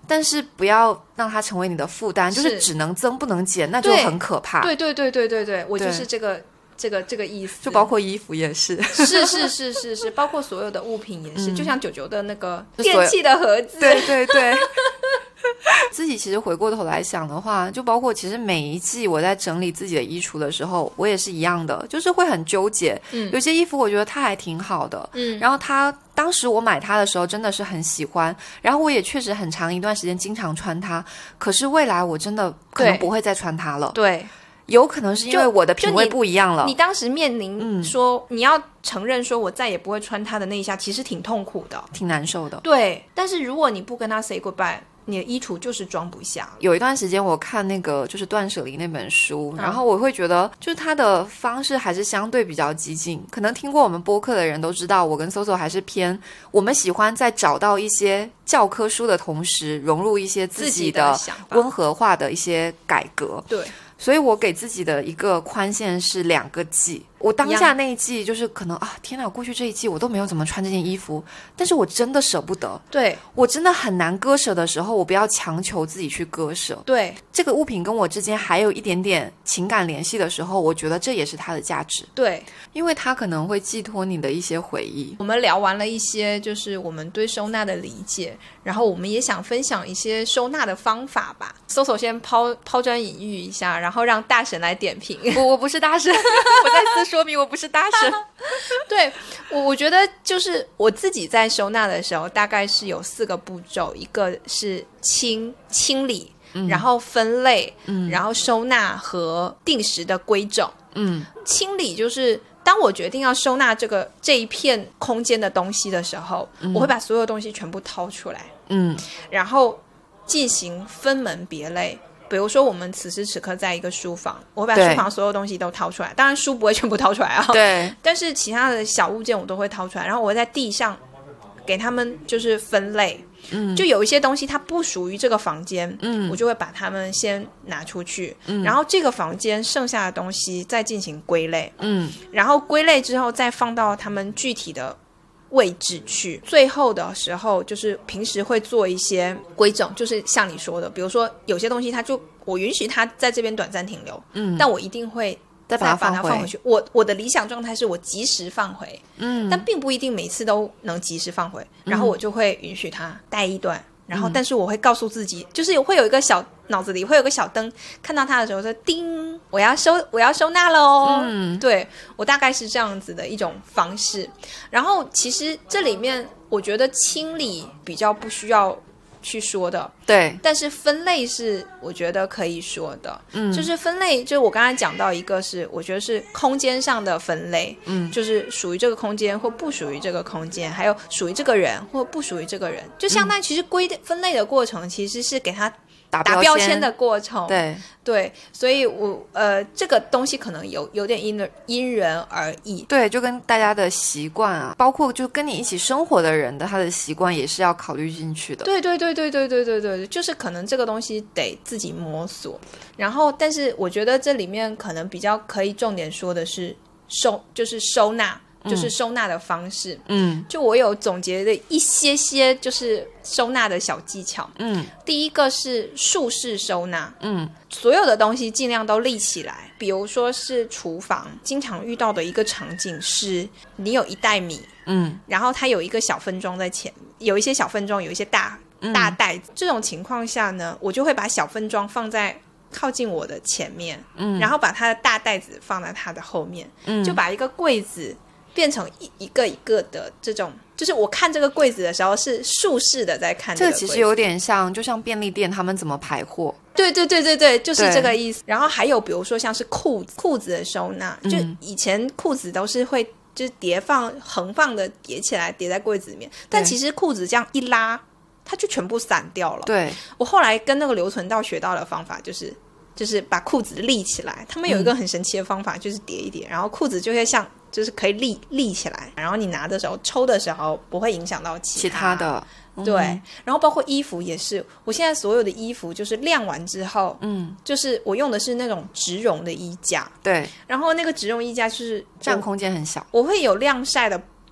S2: 但是不要让它成为你的负担，就是只能增不能减，那就很可怕。
S1: 对对对对对对，我就是这个意思。
S2: 就包括衣服也是，
S1: 是，包括所有的物品也是，就像九九的那个电器的盒子，
S2: 对对对。自己其实回过头来想的话，就包括其实每一季我在整理自己的衣橱的时候，我也是一样的，就是会很纠结。有些衣服我觉得它还挺好的，然后当时我买它的时候真的是很喜欢，然后我也确实很长一段时间经常穿它，可是未来我真的可能不会再穿它了。
S1: 对，
S2: 有可能是因为我的品味不一样了。
S1: 你当时面临说你要承认说我再也不会穿它的那一下，其实挺痛苦的，
S2: 挺难受的。
S1: 对，但是如果你不跟它 say goodbye，你的衣橱就是装不下。
S2: 有一段时间我看那个就是断舍离那本书，然后我会觉得就是他的方式还是相对比较激进，可能听过我们播客的人都知道，我跟 Soso 还是偏我们喜欢在找到一些教科书的同时融入一些自己的温和化的一些改革。
S1: 对，
S2: 所以我给自己的一个宽限是2个季。我当下那一季就是可能天哪，过去这一季我都没有怎么穿这件衣服，但是我真的舍不得。
S1: 对，
S2: 我真的很难割舍的时候，我不要强求自己去割舍。
S1: 对，
S2: 这个物品跟我之间还有一点点情感联系的时候，我觉得这也是它的价值。
S1: 对，
S2: 因为它可能会寄托你的一些回忆。
S1: 我们聊完了一些就是我们对收纳的理解，然后我们也想分享一些收纳的方法吧。Soso 先抛砖引玉一下，然后让大神来点评。
S2: 我不是大神，我再次说明我不是大神。
S1: 对，我觉得就是我自己在收纳的时候，大概是有4个步骤，一个是清理，然后分类，然后收纳和定时的归整。清理就是当我决定要收纳这一片空间的东西的时候，我会把所有东西全部掏出来，然后进行分门别类。比如说我们此时此刻在一个书房，我会把书房所有东西都掏出来，当然书不会全部掏出来啊，
S2: 对，
S1: 但是其他的小物件我都会掏出来，然后我会在地上给他们就是分类。就有一些东西它不属于这个房间，我就会把它们先拿出去，然后这个房间剩下的东西再进行归类，然后归类之后再放到他们具体的位置去。最后的时候就是平时会做一些规整，就是像你说的，比如说有些东西我允许它在这边短暂停留，但我一定会再把它放回去。我的理想状态是我及时放回，但并不一定每次都能及时放回，然后我就会允许它待一段，然后但是我会告诉自己，就是会有一个脑子里会有个小灯，看到它的时候说叮，我要收纳咯。对，我大概是这样子的一种方式。然后其实这里面我觉得清理比较不需要去说的，
S2: 对，
S1: 但是分类是我觉得可以说的，就是分类，就是我刚才讲到一个是我觉得是空间上的分类，就是属于这个空间或不属于这个空间，还有属于这个人或不属于这个人，就相当于其实分类的过程其实是给他打标签的过程，对，所以这个东西可能有点因人而异，
S2: 对，就跟大家的习惯啊，包括就跟你一起生活的人的他的习惯也是要考虑进去的。
S1: 对，就是可能这个东西得自己摸索。然后，但是我觉得这里面可能比较可以重点说的是就是收纳。就是收纳的方式，就我有总结的一些就是收纳的小技巧，第一个是竖式收纳，所有的东西尽量都立起来，比如说是厨房，经常遇到的一个场景是你有一袋米，然后它有一个小分装在前，有一些小分装，有一些大袋子，这种情况下呢，我就会把小分装放在靠近我的前面，然后把它的大袋子放在它的后面，就把一个柜子变成一个一个的这种，就是我看这个柜子的时候是竖式的在看这个柜子。这个
S2: 其实有点像，就像便利店他们怎么排货。
S1: 对，就是这个意思。然后还有比如说像是裤子的收纳，就以前裤子都是会就是横放的叠起来叠在柜子里面，但其实裤子这样一拉，它就全部散掉了。
S2: 对，我
S1: 后来跟那个刘存道学到的方法就是把裤子立起来，他们有一个很神奇的方法，就是叠一叠，然后裤子就会像就是可以立起来，然后你拿的时候抽的时候不会影响到其他的。对，然后包括衣服也是，我现在所有的衣服就是晾完之后，就是我用的是那种植绒的衣架，
S2: 对，
S1: 然后那个植绒衣架就是
S2: 占空间很小，
S1: 我会有晾晒的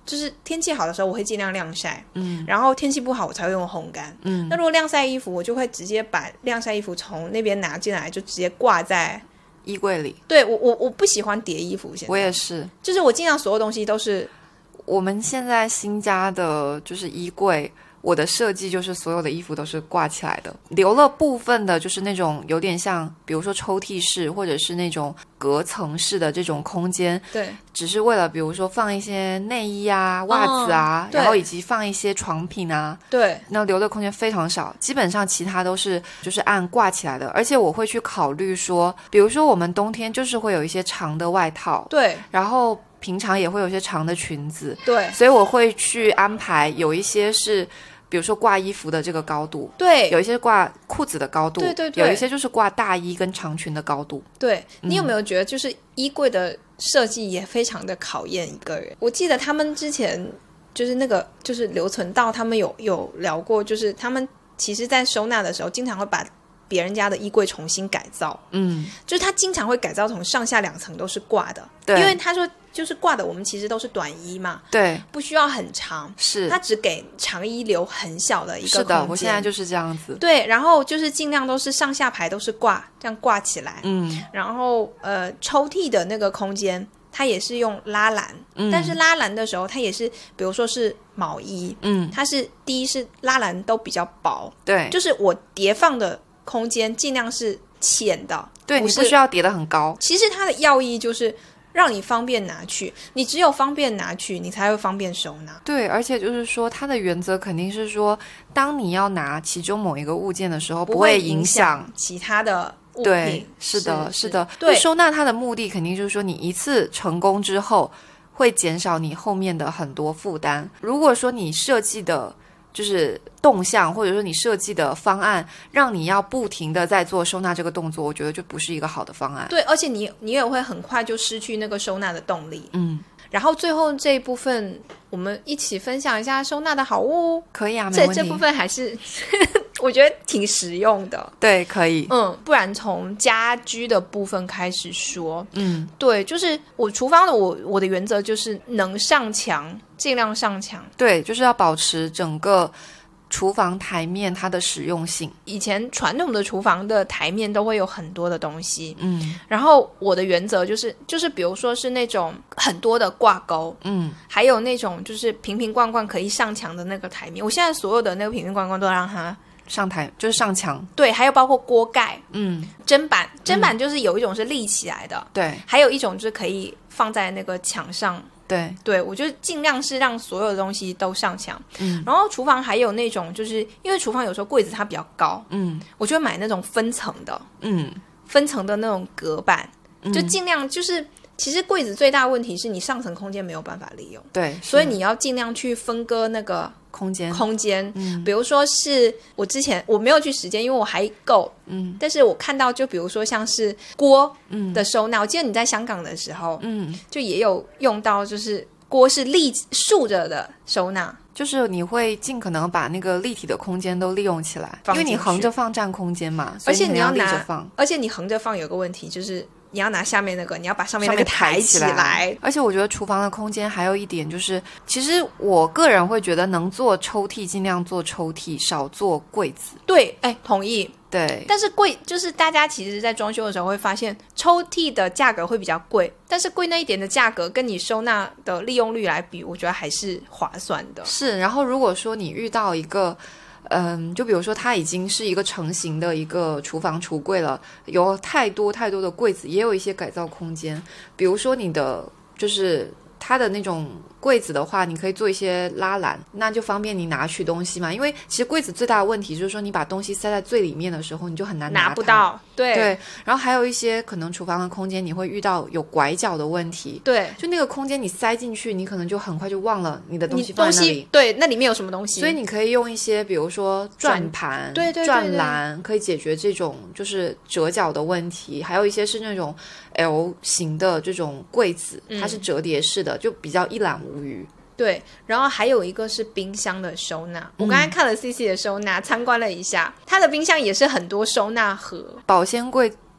S1: 就是天气好的时候我会尽量晾晒，然后天气不好我才会用烘干。那如果晾晒衣服，我就会直接把晾晒衣服从那边拿进来，就直接挂在
S2: 衣柜里。
S1: 对，我不喜欢叠衣服，现在
S2: 我也是，
S1: 就是我尽量所有东西都是。
S2: 我们现在新家的就是衣柜，我的设计就是所有的衣服都是挂起来的，留了部分的就是那种有点像比如说抽屉式或者是那种隔层式的这种空间，
S1: 对，
S2: 只是为了比如说放一些内衣啊袜子啊，然后以及放一些床品啊，
S1: 对，
S2: 那留的空间非常少，基本上其他都是就是按挂起来的。而且我会去考虑说，比如说我们冬天就是会有一些长的外套，
S1: 对，
S2: 然后平常也会有一些长的裙子，
S1: 对，
S2: 所以我会去安排有一些是比如说挂衣服的这个高度，
S1: 对，
S2: 有一些挂裤子的高度，
S1: 对对对，
S2: 有一些就是挂大衣跟长裙的高度。
S1: 对，你有没有觉得就是衣柜的设计也非常的考验一个人？我记得他们之前就是那个就是刘存道他们有聊过，就是他们其实在收纳的时候经常会把别人家的衣柜重新改造，就是他经常会改造从上下2层都是挂的，
S2: 对，
S1: 因为他说就是挂的我们其实都是短衣嘛，
S2: 对，
S1: 不需要很长，
S2: 是
S1: 他只给长衣留很小的一个空间。
S2: 是的，我现在就是这样子。
S1: 对，然后就是尽量都是上下排都是挂，这样挂起来，然后抽屉的那个空间它也是用拉篮，但是拉篮的时候它也是比如说是毛衣，它是第一是拉篮都比较薄，
S2: 对，
S1: 就是我叠放的空间尽量是浅的，
S2: 对，你不需要叠得很高。
S1: 其实它的要义就是让你方便拿去，你只有方便拿去，你才会方便收纳。
S2: 对，而且就是说，它的原则肯定是说，当你要拿其中某一个物件的时候，不会影响
S1: 其他的物品。
S2: 对，是的，是的。
S1: 对，
S2: 收纳它的目的肯定就是说，你一次成功之后，会减少你后面的很多负担。如果说你设计的就是动向，或者说你设计的方案让你要不停的在做收纳这个动作，我觉得就不是一个好的方案。
S1: 对，而且你也会很快就失去那个收纳的动力。然后最后这一部分我们一起分享一下收纳的好物。
S2: 可以啊，没问题。
S1: 这部分还是我觉得挺实用的。
S2: 对，可以。
S1: 不然从家居的部分开始说。对，就是我厨房的我的原则就是能上墙尽量上墙。
S2: 对，就是要保持整个厨房台面它的实用性。
S1: 以前传统的厨房的台面都会有很多的东西，然后我的原则就是比如说是那种很多的挂钩，还有那种就是瓶瓶罐罐可以上墙的那个台面，我现在所有的那个瓶瓶罐罐都让它
S2: 上台，就是上墙。
S1: 对，还有包括锅盖，砧板就是有一种是立起来的，
S2: 对，
S1: 还有一种就是可以放在那个墙上。
S2: 对，
S1: 我就尽量是让所有的东西都上墙。然后厨房还有那种，就是因为厨房有时候柜子它比较高，我就会买那种分层的，分层的那种隔板，就尽量就是其实柜子最大的问题是你上层空间没有办法利用，
S2: 对，
S1: 所以你要尽量去分割那个
S2: 空间。
S1: 比如说是我之前我没有去实践，因为我还够，但是我看到就比如说像是锅的收纳，我记得你在香港的时候，就也有用到，就是锅是竖着的收纳，
S2: 就是你会尽可能把那个立体的空间都利用起来，因为你横着放占空间嘛，
S1: 而且你要
S2: 立着放，
S1: 而且你横着放有个问题就是你要拿下面那个，你要把上面那个抬起来。
S2: 而且我觉得厨房的空间还有一点就是，其实我个人会觉得能做抽屉尽量做抽屉，少做柜子。
S1: 对，同意。
S2: 对，
S1: 但是柜就是大家其实在装修的时候会发现，抽屉的价格会比较贵，但是贵那一点的价格跟你收纳的利用率来比，我觉得还是划算的。
S2: 是，然后如果说你遇到一个就比如说它已经是一个成型的一个厨房橱柜了，有太多的柜子，也有一些改造空间。比如说你的就是它的那种柜子的话，你可以做一些拉篮，那就方便你拿取东西嘛。因为其实柜子最大的问题就是说，你把东西塞在最里面的时候，你就很难
S1: 拿不到。对。
S2: 然后还有一些可能厨房的空间，你会遇到有拐角的问题。
S1: 对。
S2: 就那个空间你塞进去，你可能就很快就忘了你的东西放在那里。
S1: 对，那里面有什么东西？
S2: 所以你可以用一些，比如说转盘、转篮，可以解决这种就是折角的问题。还有一些是那种 L 型的这种柜子，它是折叠式的，就比较一览无余。
S1: 对，然后还有一个是冰箱的收纳。我刚才看了 CC 的收纳，参观了一下，它的冰箱也是很多收纳盒，
S2: 保鲜柜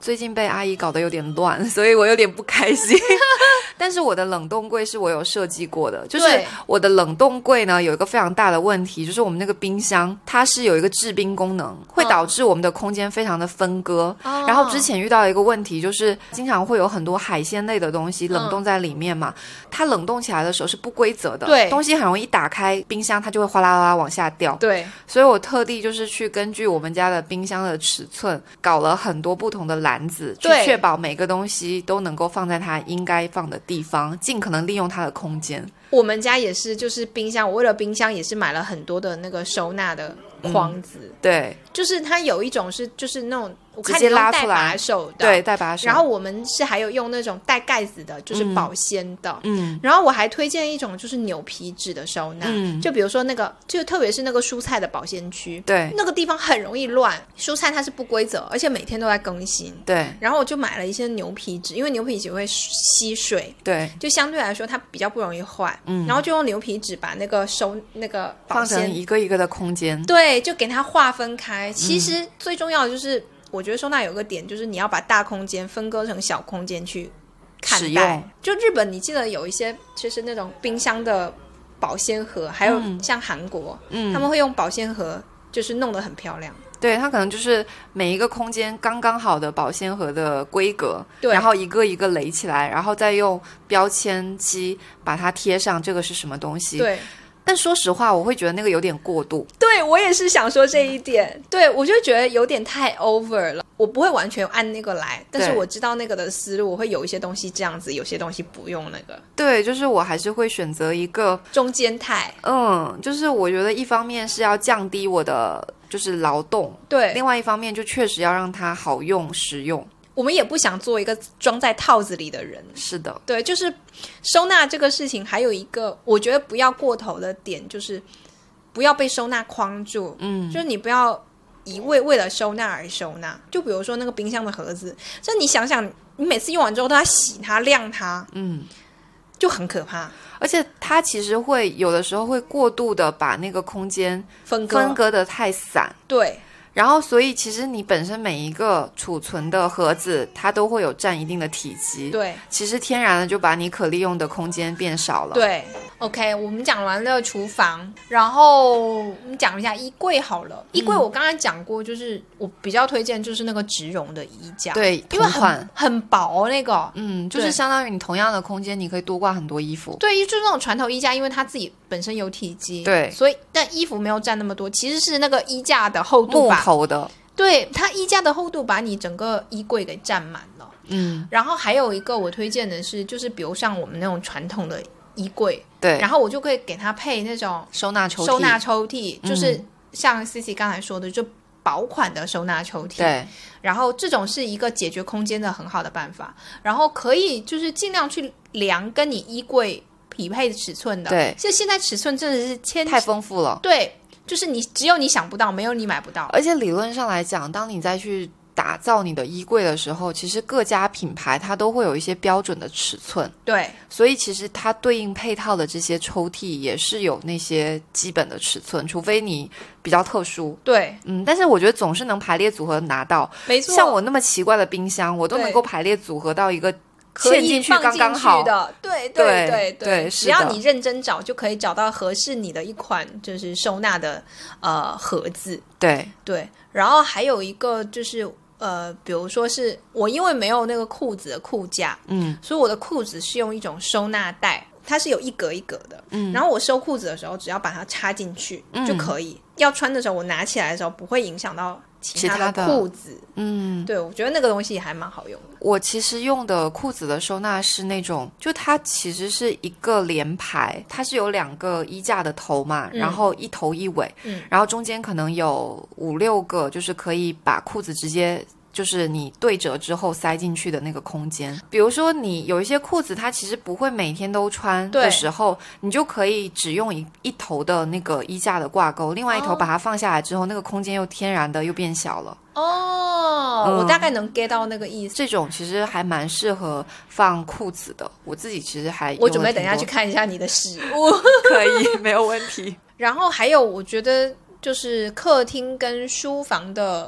S2: 最近被阿姨搞得有点乱，所以我有点不开心。但是我的冷冻柜是我有设计过的，就是我的冷冻柜呢有一个非常大的问题，就是我们那个冰箱它是有一个制冰功能，会导致我们的空间非常的分割。然后之前遇到一个问题，就是经常会有很多海鲜类的东西冷冻在里面嘛，它冷冻起来的时候是不规则的，
S1: 对，
S2: 东西很容易一打开冰箱它就会哗啦啦往下掉。
S1: 对，
S2: 所以我特地就是去根据我们家的冰箱的尺寸，搞了很多不同的篮子，去确保每个东西都能够放在它应该放的地方，尽可能利用它的空间。
S1: 我们家也是，就是冰箱，我为了冰箱也是买了很多的那个收纳的框子。
S2: 对，
S1: 就是它有一种是就是那种我看
S2: 直接拉出来
S1: 带把手的，
S2: 对，带把手。
S1: 然后我们是还有用那种带盖子的，就是保鲜的。然后我还推荐一种就是牛皮纸的收纳，就比如说那个，就特别是那个蔬菜的保鲜区，
S2: 对，
S1: 那个地方很容易乱，蔬菜它是不规则，而且每天都在更新。
S2: 对，
S1: 然后我就买了一些牛皮纸，因为牛皮纸会吸水，
S2: 对，
S1: 就相对来说它比较不容易坏。然后就用牛皮纸把那个那个保鲜
S2: 放成一个一个的空间，
S1: 对，就给它划分开。其实最重要的就是，我觉得收纳有个点，就是你要把大空间分割成小空间去看待。
S2: 使用。
S1: 就日本，你记得有一些就是那种冰箱的保鲜盒，还有像韩国，他们会用保鲜盒，就是弄得很漂亮。
S2: 对，它可能就是每一个空间刚刚好的保鲜盒的规格，
S1: 对，
S2: 然后一个一个垒起来，然后再用标签机把它贴上，这个是什么东西。
S1: 对。
S2: 但说实话，我会觉得那个有点过度。
S1: 对，我也是想说这一点。对，我就觉得有点太 over 了。我不会完全按那个来，但是我知道那个的思路，我会有一些东西这样子，有些东西不用那个。
S2: 对，就是我还是会选择一个
S1: 中间态。
S2: 就是我觉得一方面是要降低我的就是劳动，
S1: 对，
S2: 另外一方面就确实要让它好用实用。
S1: 我们也不想做一个装在套子里的人。
S2: 是的，
S1: 对，就是收纳这个事情，还有一个我觉得不要过头的点，就是不要被收纳框住。就是你不要为了收纳而收纳。就比如说那个冰箱的盒子，这你想想，你每次用完之后都要洗它、晾它，就很可怕。
S2: 而且它其实会有的时候会过度的把那个空间分割的太散。
S1: 对。
S2: 然后所以其实你本身每一个储存的盒子它都会有占一定的体积，
S1: 对，
S2: 其实天然的就把你可利用的空间变少了。
S1: 对， OK， 我们讲完了厨房，然后我们讲一下衣柜好了。衣柜我刚才讲过，就是我比较推荐就是那个植绒的衣架，
S2: 对，
S1: 因为
S2: 很
S1: 薄那个，
S2: 就是相当于你同样的空间你可以多挂很多衣服。
S1: 对，就是那种传统衣架，因为它自己本身有体积，
S2: 对，
S1: 所以但衣服没有占那么多，其实是那个衣架的厚度
S2: 木头的，
S1: 对，它衣架的厚度把你整个衣柜给占满了。然后还有一个我推荐的是，就是比如像我们那种传统的衣柜，
S2: 对，
S1: 然后我就可以给它配那种
S2: 收纳抽屉，
S1: 就是像 Cici 刚才说的，就薄款的收纳抽屉。
S2: 对，
S1: 然后这种是一个解决空间的很好的办法。然后可以就是尽量去量跟你衣柜匹配的尺寸的。
S2: 对，
S1: 现在尺寸真的是
S2: 太丰富了。
S1: 对，就是只有你想不到，没有你买不到。
S2: 而且理论上来讲，当你再去打造你的衣柜的时候，其实各家品牌它都会有一些标准的尺寸。
S1: 对，
S2: 所以其实它对应配套的这些抽屉也是有那些基本的尺寸，除非你比较特殊。
S1: 对，
S2: 但是我觉得总是能排列组合拿到。
S1: 没错，
S2: 像我那么奇怪的冰箱，我都能够排列组合到一个嵌进去刚刚好
S1: 的。对对对对，只要你认真找，就可以找到合适你的一款就是收纳的盒子。
S2: 对
S1: 对，然后还有一个就是比如说是我因为没有那个裤子的裤架，所以我的裤子是用一种收纳袋，它是有一格一格的，然后我收裤子的时候只要把它插进去就可以，要穿的时候我拿起来的时候不会影响到其他的裤子。对，我觉得那个东西还蛮好用的。
S2: 我其实用的裤子的收纳是那种，就它其实是一个连排，它是有2个衣架的头嘛，然后一头一尾，然后中间可能有5-6个，就是可以把裤子直接就是你对折之后塞进去的那个空间。比如说你有一些裤子它其实不会每天都穿的时候，你就可以只用一头的那个衣架的挂钩，另外一头把它放下来之后，那个空间又天然的又变小了。
S1: 我大概能 get 到那个意思。
S2: 这种其实还蛮适合放裤子的，我自己其实还
S1: 我准备等一下去看一下你的实物。
S2: 可以，没有问题。
S1: 然后还有我觉得就是客厅跟书房的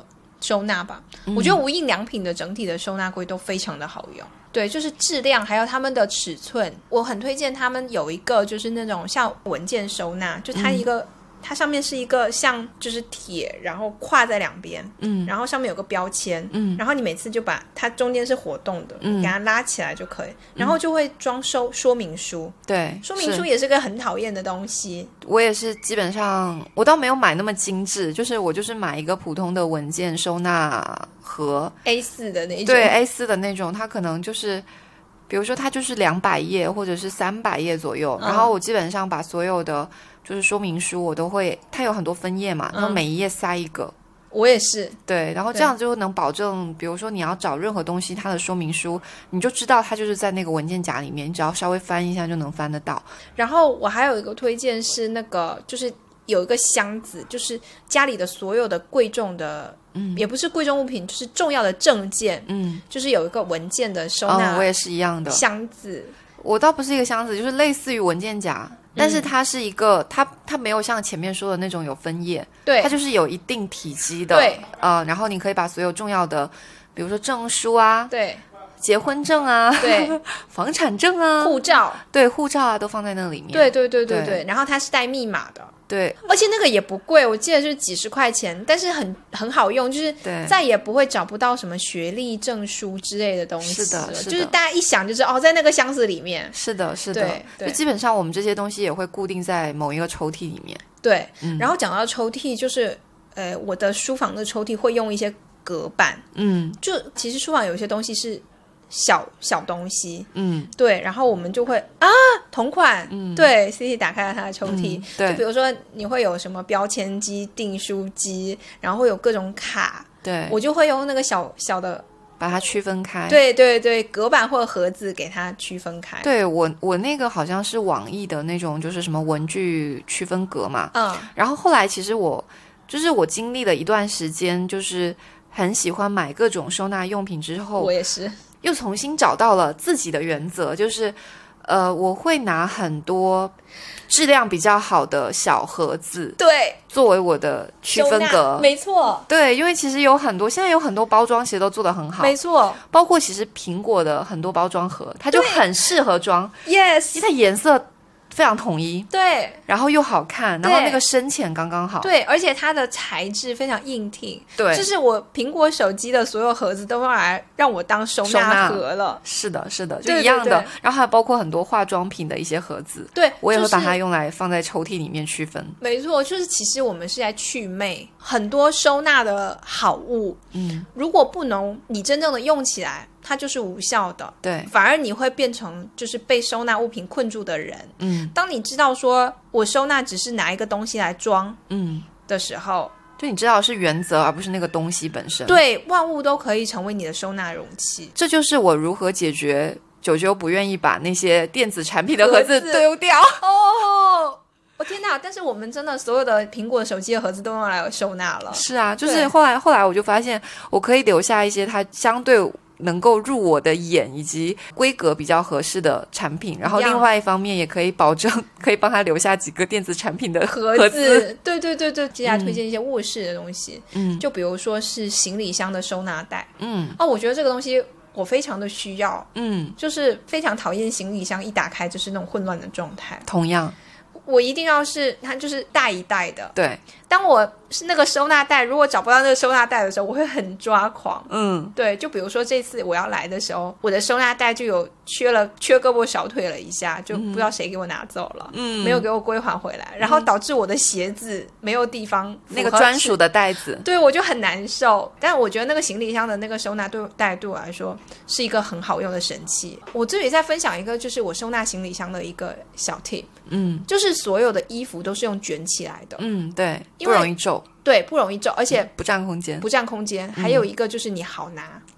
S1: 收纳吧。我觉得无印良品的整体的收纳柜都非常的好用。对，就是质量还有他们的尺寸，我很推荐他们有一个就是那种像文件收纳，就它一个、它上面是一个像就是铁，然后跨在两边，然后上面有个标签，然后你每次就把它中间是活动的，给它拉起来就可以，然后就会装说明书。
S2: 对，
S1: 说明书也是个很讨厌的东西。
S2: 我也是基本上我倒没有买那么精致，就是我就是买一个普通的文件收纳盒
S1: A4 的那种，
S2: 对 A4 的那种，它可能就是比如说它就是200页或者是300页左右，然后我基本上把所有的就是说明书我都会，它有很多分页嘛，然后每一页塞一个。
S1: 我也是，
S2: 对，然后这样就能保证，比如说你要找任何东西，它的说明书你就知道它就是在那个文件夹里面，你只要稍微翻一下就能翻得到。
S1: 然后我还有一个推荐是那个，就是有一个箱子，就是家里的所有的贵重的，也不是贵重物品，就是重要的证件，就是有一个文件的收纳，
S2: 我也是一样的
S1: 箱子。我
S2: 倒不是一个箱子，就是类似于文件夹。但是它是一个，它没有像前面说的那种有分页，
S1: 对，
S2: 它就是有一定体积的，
S1: 对，
S2: 然后你可以把所有重要的，比如说证书啊，
S1: 对，
S2: 结婚证啊，
S1: 对，
S2: 房产证啊，
S1: 护照，
S2: 对，护照啊都放在那里面，
S1: 对，然后它是带密码的。
S2: 对，
S1: 而且那个也不贵，我记得是几十块钱，但是很好用，就是再也不会找不到什么学历证书之类的东西了。是的，就是大家一想就是在那个箱子里面。
S2: 是的，是的，就基本上我们这些东西也会固定在某一个抽屉里面。
S1: 对，然后讲到抽屉，就是我的书房的抽屉会用一些隔板，就其实书房有一些东西是小东西，对，然后我们就会同款，对 ，CT 打开了他的抽屉，
S2: 对，
S1: 就比如说你会有什么标签机、订书机，然后会有各种卡，
S2: 对，
S1: 我就会用那个小的
S2: 把它区分开，
S1: 对，隔板或者盒子给它区分开。
S2: 对，我那个好像是网易的那种，就是什么文具区分格嘛，然后后来其实我经历了一段时间，就是很喜欢买各种收纳用品之后，
S1: 我也是。
S2: 又重新找到了自己的原则，就是我会拿很多质量比较好的小盒子，
S1: 对，
S2: 作为我的区分格。
S1: 没错，对，
S2: 因为其实现在有很多包装其实都做得很好，
S1: 没错，
S2: 包括其实苹果的很多包装盒，它就很适合装
S1: ，yes，
S2: 因为它颜色非常统一，
S1: 对，
S2: 然后又好看，然后那个深浅刚刚好，
S1: 对，而且它的材质非常硬挺，
S2: 对，
S1: 就是我苹果手机的所有盒子都用来让我当收纳盒了，
S2: 是的，就一样的，然后还包括很多化妆品的一些盒子，
S1: 对，
S2: 我也会把它用来放在抽屉里面区分，
S1: 没错，就是其实我们是在祛魅很多收纳的好物，如果不能你真正的用起来，它就是无效的，
S2: 对，
S1: 反而你会变成就是被收纳物品困住的人。当你知道说我收纳只是拿一个东西来装，的时候，
S2: 就你知道是原则而不是那个东西本身。
S1: 对，万物都可以成为你的收纳容器。
S2: 这就是我如何解决九九不愿意把那些电子产品的盒子丢掉。
S1: 我天哪！但是我们真的所有的苹果手机的盒子都用来收纳了。
S2: 是啊，就是后来我就发现，我可以留下一些它相对能够入我的眼以及规格比较合适的产品，然后另外一方面也可以保证可以帮他留下几个电子产品的盒子。
S1: 对，接下来推荐一些卧室的东西，就比如说是行李箱的收纳袋。我觉得这个东西我非常的需要，就是非常讨厌行李箱一打开就是那种混乱的状态。
S2: 同样。
S1: 我一定要是它就是带一带的。
S2: 对，
S1: 当我是那个收纳袋，如果找不到那个收纳袋的时候，我会很抓狂。对，就比如说这次我要来的时候，我的收纳袋就有缺胳膊少腿了一下，就不知道谁给我拿走了，没有给我归还回来，然后导致我的鞋子没有地方
S2: 那个专属的袋子，
S1: 对，我就很难受。但我觉得那个行李箱的那个收纳袋对我来说是一个很好用的神器。我这里再分享一个，就是我收纳行李箱的一个小 tip，就是所有的衣服都是用卷起来的，
S2: 对，不容易皱。
S1: 对，不容易皱，而且
S2: 不占空间，
S1: 还有一个就是你好拿。
S2: 对，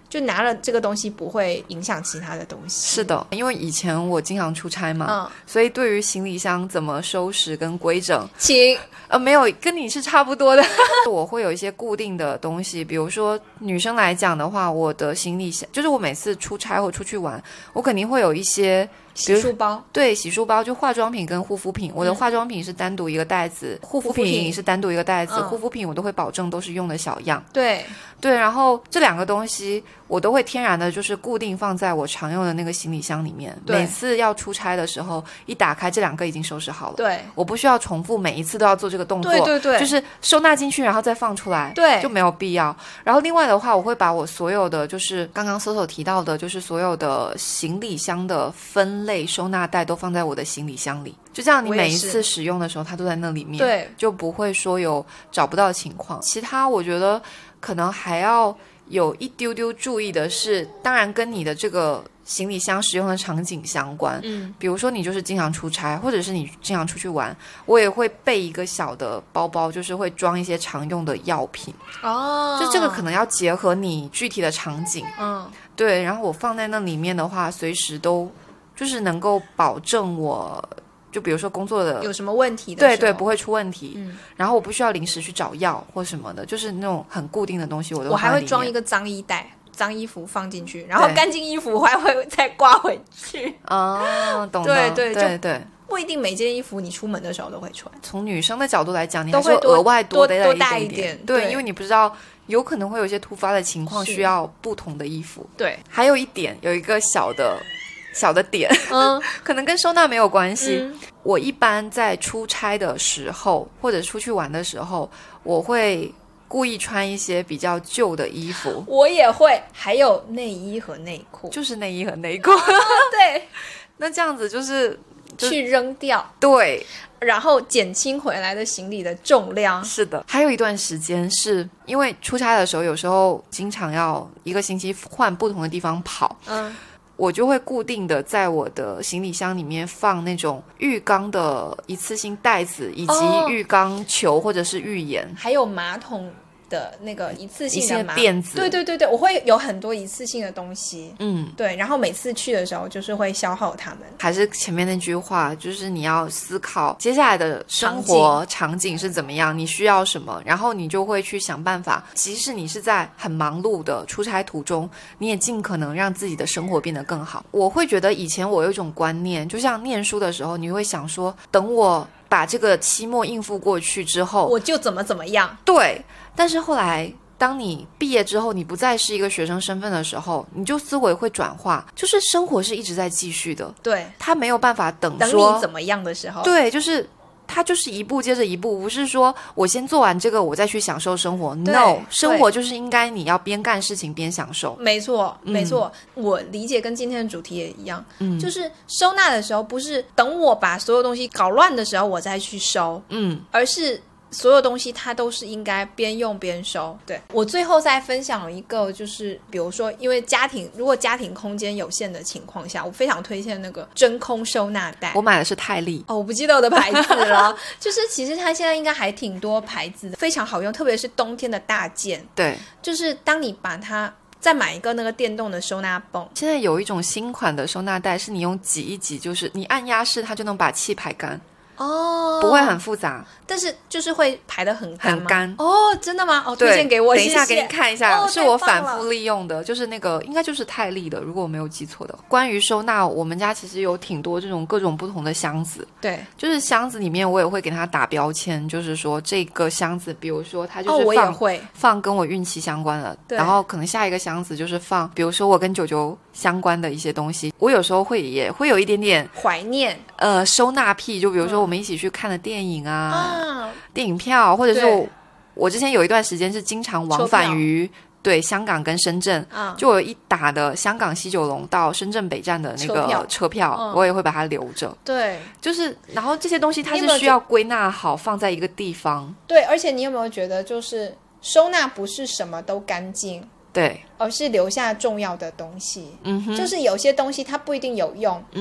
S1: 就拿了这个东西不会影响其他的东西。
S2: 是的，因为以前我经常出差嘛，所以对于行李箱怎么收拾跟规整，
S1: 请
S2: 没有，跟你是差不多的。我会有一些固定的东西，比如说女生来讲的话，我的行李箱就是我每次出差或出去玩，我肯定会有一些
S1: 洗漱包，
S2: 对，洗漱包就化妆品跟护肤品，我的化妆品是单独一个袋子，护肤品是单独一个袋子，护肤品我都会保证都是用的小样。
S1: 对，
S2: 然后这两个东西我都会天然的就是固定放在我常用的那个行李箱里面，每次要出差的时候一打开这两个已经收拾好了，
S1: 对，
S2: 我不需要重复每一次都要做这个动作，
S1: 对，
S2: 就是收纳进去然后再放出来，
S1: 对，
S2: 就没有必要。然后另外的话，我会把我所有的就是刚刚搜提到的，就是所有的行李箱的分类收纳袋都放在我的行李箱里，就这样你每一次使用的时候它都在那里面，
S1: 对，
S2: 就不会说有找不到的情况。其他我觉得可能还要有一丢丢注意的是，当然跟你的这个行李箱使用的场景相关，比如说你就是经常出差，或者是你经常出去玩，我也会备一个小的包包，就是会装一些常用的药品就这个可能要结合你具体的场景，对，然后我放在那里面的话，随时都就是能够保证我就比如说工作的
S1: 有什么问题的时候，
S2: 对，不会出问题，然后我不需要临时去找药或什么的，就是那种很固定的东西我都放在里面。
S1: 我还会装一个脏衣袋，脏衣服放进去，然后干净衣服我还会再挂回去。
S2: 懂了，对，
S1: 不一定每件衣服你出门的时候都会穿。
S2: 从女生的角度来讲，你还是额外多
S1: 带一点，
S2: 对，因为你不知道有可能会有一些突发的情况需要不同的衣服。
S1: 对，
S2: 还有一点，有一个小的点，可能跟收纳没有关系。我一般在出差的时候或者出去玩的时候，我会故意穿一些比较旧的衣服。
S1: 我也会，还有内衣和内裤，
S2: 就是内衣和内裤。
S1: 对，
S2: 那这样子就是
S1: 去扔掉，
S2: 对，
S1: 然后减轻回来的行李的重量。
S2: 是的，还有一段时间是因为出差的时候，有时候经常要一个星期换不同的地方跑，我就会固定的在我的行李箱里面放那种浴缸的一次性袋子，以及浴缸球或者是浴盐，
S1: 还有马桶的那个一次性的
S2: 垫子。
S1: 对，我会有很多一次性的东西，对，然后每次去的时候就是会消耗它们。
S2: 还是前面那句话，就是你要思考接下来的生活场景是怎么样，你需要什么，然后你就会去想办法，即使你是在很忙碌的出差途中，你也尽可能让自己的生活变得更好。我会觉得以前我有一种观念，就像念书的时候，你会想说等我把这个期末应付过去之后，
S1: 我就怎么样。
S2: 对，但是后来当你毕业之后，你不再是一个学生身份的时候，你就思维会转化，就是生活是一直在继续的，
S1: 对，
S2: 它没有办法等
S1: 你怎么样的时候，
S2: 对，就是它就是一步接着一步，不是说我先做完这个我再去享受生活。 No， 生活就是应该你要边干事情边享受。
S1: 没错，我理解跟今天的主题也一样，就是收纳的时候不是等我把所有东西搞乱的时候我再去收，而是所有东西它都是应该边用边收。对，我最后再分享一个，就是比如说因为如果家庭空间有限的情况下，我非常推荐那个真空收纳袋。
S2: 我买的是泰利，
S1: 我不记得我的牌子了就是其实它现在应该还挺多牌子的，非常好用，特别是冬天的大件。
S2: 对，
S1: 就是当你把它再买一个那个电动的收纳泵。
S2: 现在有一种新款的收纳袋是你用挤一挤，就是你按压式它就能把气排干，不会很复杂，
S1: 但是就是会排得很干吗？
S2: 很干。
S1: 真的吗？推荐给我，
S2: 等一下给你看一下，是我反
S1: 复
S2: 利用的，就是那个应该就是泰利的，如果我没有记错的。关于收纳，我们家其实有挺多这种各种不同的箱子，
S1: 对，
S2: 就是箱子里面我也会给它打标签，就是说这个箱子，比如说它就是
S1: 我也会
S2: 放跟我孕期相关的，然后可能下一个箱子就是放，比如说我跟九九相关的一些东西。我有时候也会有一点点
S1: 怀念，
S2: 收纳癖，就比如说我们一起去看的电影电影票，或者是我之前有一段时间是经常往返于对香港跟深圳，就有一打的香港西九龙到深圳北站的那个车票，我也会把它留着。
S1: 对，
S2: 就是然后这些东西它是需要归纳好放在一个地方。
S1: 对，而且你有没有觉得就是收纳不是什么都干净，
S2: 对，
S1: 而是留下重要的东西。就是有些东西它不一定有用，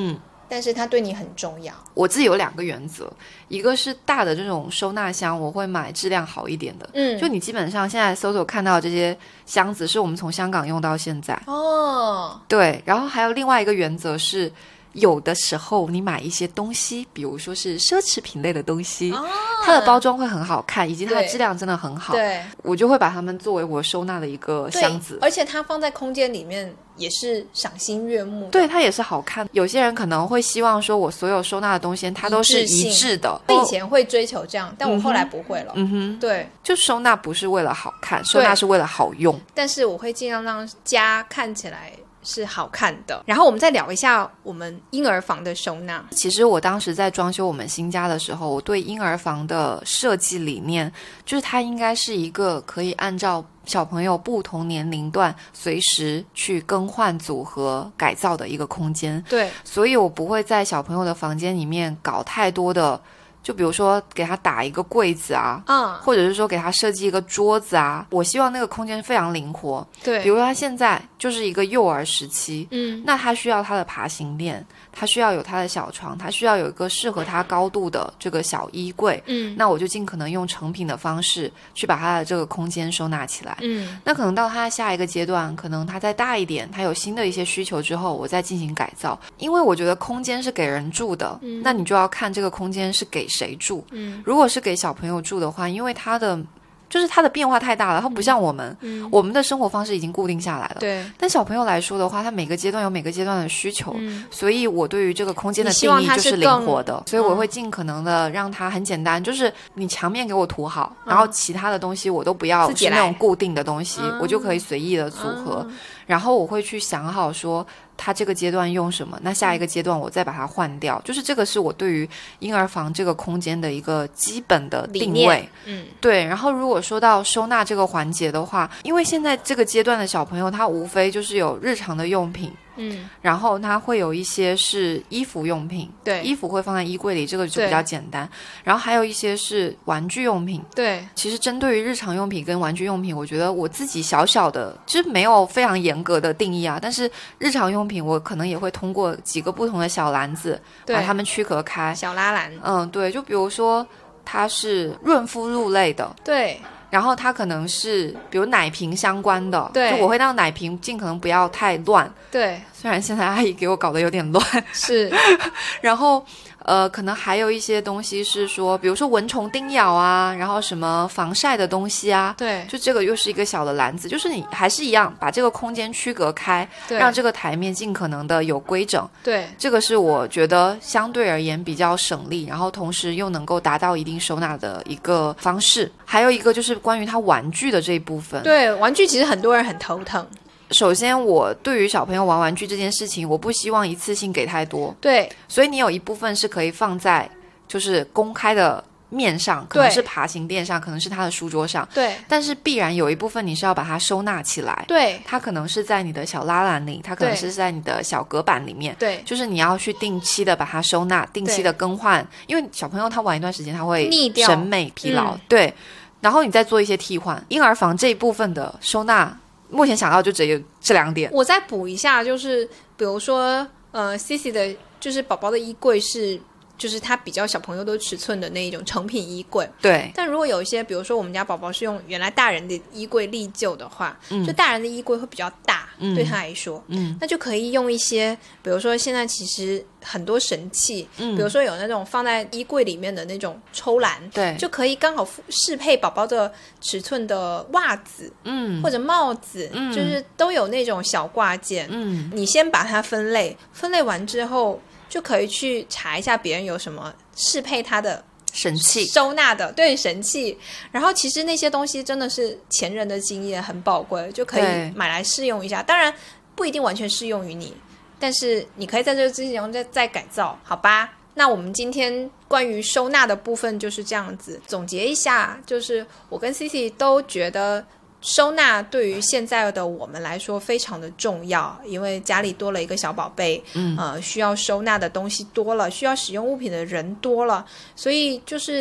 S1: 但是它对你很重要。
S2: 我自己有2个原则，一个是大的这种收纳箱，我会买质量好一点的。就你基本上现在搜索看到的这些箱子，是我们从香港用到现在。对，然后还有另外一个原则是，有的时候你买一些东西，比如说是奢侈品类的东西，它的包装会很好看，以及它的质量真的很好，对，我就会把它们作为我收纳的一个箱子。
S1: 而且它放在空间里面也是赏心悦目的，
S2: 对，它也是好看。有些人可能会希望说我所有收纳的东西它都是一致的，
S1: 我以前会追求这样，但我后来不会了。对，
S2: 就收纳不是为了好看，收纳是为了好用，
S1: 但是我会尽量让家看起来是好看的。然后我们再聊一下我们婴儿房的收纳。
S2: 其实我当时在装修我们新家的时候，我对婴儿房的设计理念就是它应该是一个可以按照小朋友不同年龄段随时去更换组合改造的一个空间。
S1: 对，
S2: 所以我不会在小朋友的房间里面搞太多的，就比如说给他打一个柜子啊，或者是说给他设计一个桌子啊，我希望那个空间非常灵活。
S1: 对，
S2: 比如说他现在就是一个幼儿时期，那他需要他的爬行垫，他需要有他的小床，他需要有一个适合他高度的这个小衣柜，那我就尽可能用成品的方式去把他的这个空间收纳起来。那可能到他下一个阶段，可能他再大一点，他有新的一些需求之后，我再进行改造。因为我觉得空间是给人住的，那你就要看这个空间是给谁住。如果是给小朋友住的话，因为它的变化太大了，它不像我们，我们的生活方式已经固定下来了。
S1: 对，
S2: 但小朋友来说的话，他每个阶段有每个阶段的需求，所以我对于这个空间的定义就是灵活的，所以我会尽可能的让它很简单，就是你墙面给我涂好，然后其他的东西我都不要是那种固定的东西，我就可以随意的组合，然后我会去想好说他这个阶段用什么，那下一个阶段我再把它换掉，就是这个是我对于婴儿房这个空间的一个基本的定位。对。然后如果说到收纳这个环节的话，因为现在这个阶段的小朋友他无非就是有日常的用品，然后它会有一些是衣服用品，对，衣服会放在衣柜里，这个就比较简单。然后还有一些是玩具用品，对。其实针对于日常用品跟玩具用品，我觉得我自己小小的就是没有非常严格的定义啊，但是日常用品我可能也会通过几个不同的小篮子把它们区隔开，
S1: 小拉篮。
S2: 对，就比如说它是润肤露类的，
S1: 对。
S2: 然后它可能是比如奶瓶相关的，
S1: 对，
S2: 就我会让奶瓶尽可能不要太乱，对，虽然现在阿姨给我搞得有点乱，是。然后可能还有一些东西是说，比如说蚊虫叮咬啊，然后什么防晒的东西啊，对，就这个又是一个小的篮子，就是你还是一样把这个空间区隔开，让这个台面尽可能的有规整，对，这个是我觉得相对而言比较省力，然后同时又能够达到一定收纳的一个方式。还有一个就是关于他玩具的这一部分，对，玩具其实很多人很头疼。首先我对于小朋友玩玩具这件事情，我不希望一次性给太多，对，所以你有一部分是可以放在就是公开的面上，可能是爬行垫上，可能是他的书桌上，对，但是必然有一部分你是要把它收纳起来，对，它可能是在你的小拉篮里，它可能是在你的小隔板里面，对，就是你要去定期的把它收纳，定期的更换，因为小朋友他玩一段时间他会审美疲劳，对，然后你再做一些替换。婴儿房这一部分的收纳目前想到就只有这2点。我再补一下，就是比如说CC 的就是宝宝的衣柜是就是它比较小朋友的尺寸的那一种成品衣柜，对。但如果有一些比如说我们家宝宝是用原来大人的衣柜立旧的话，就大人的衣柜会比较大，对他来说，那就可以用一些比如说现在其实很多神器，比如说有那种放在衣柜里面的那种抽篮，对，就可以刚好适配宝宝的尺寸的袜子，或者帽子，就是都有那种小挂件，你先把它分类完之后就可以去查一下别人有什么适配它的神器收纳的，对，神器。然后其实那些东西真的是前人的经验很宝贵，就可以买来试用一下。当然不一定完全适用于你，但是你可以在这个之前再改造，好吧？那我们今天关于收纳的部分就是这样子。总结一下，就是我跟 Cici 都觉得收纳对于现在的我们来说非常的重要，因为家里多了一个小宝贝，需要收纳的东西多了，需要使用物品的人多了，所以就是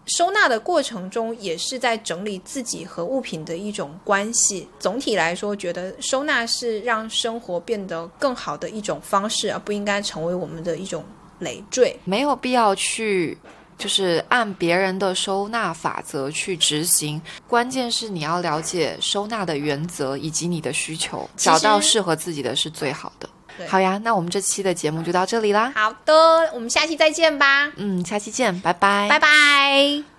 S1: 收纳的过程中也是在整理自己和物品的一种关系。总体来说，觉得收纳是让生活变得更好的一种方式，而不应该成为我们的一种累赘。
S2: 没有必要去就是按别人的收纳法则去执行，关键是你要了解收纳的原则以及你的需求，找到适合自己的是最好的。好呀，那我们这期的节目就到这里啦。
S1: 好的，我们下期再见吧。
S2: 下期见，拜拜。
S1: 拜拜。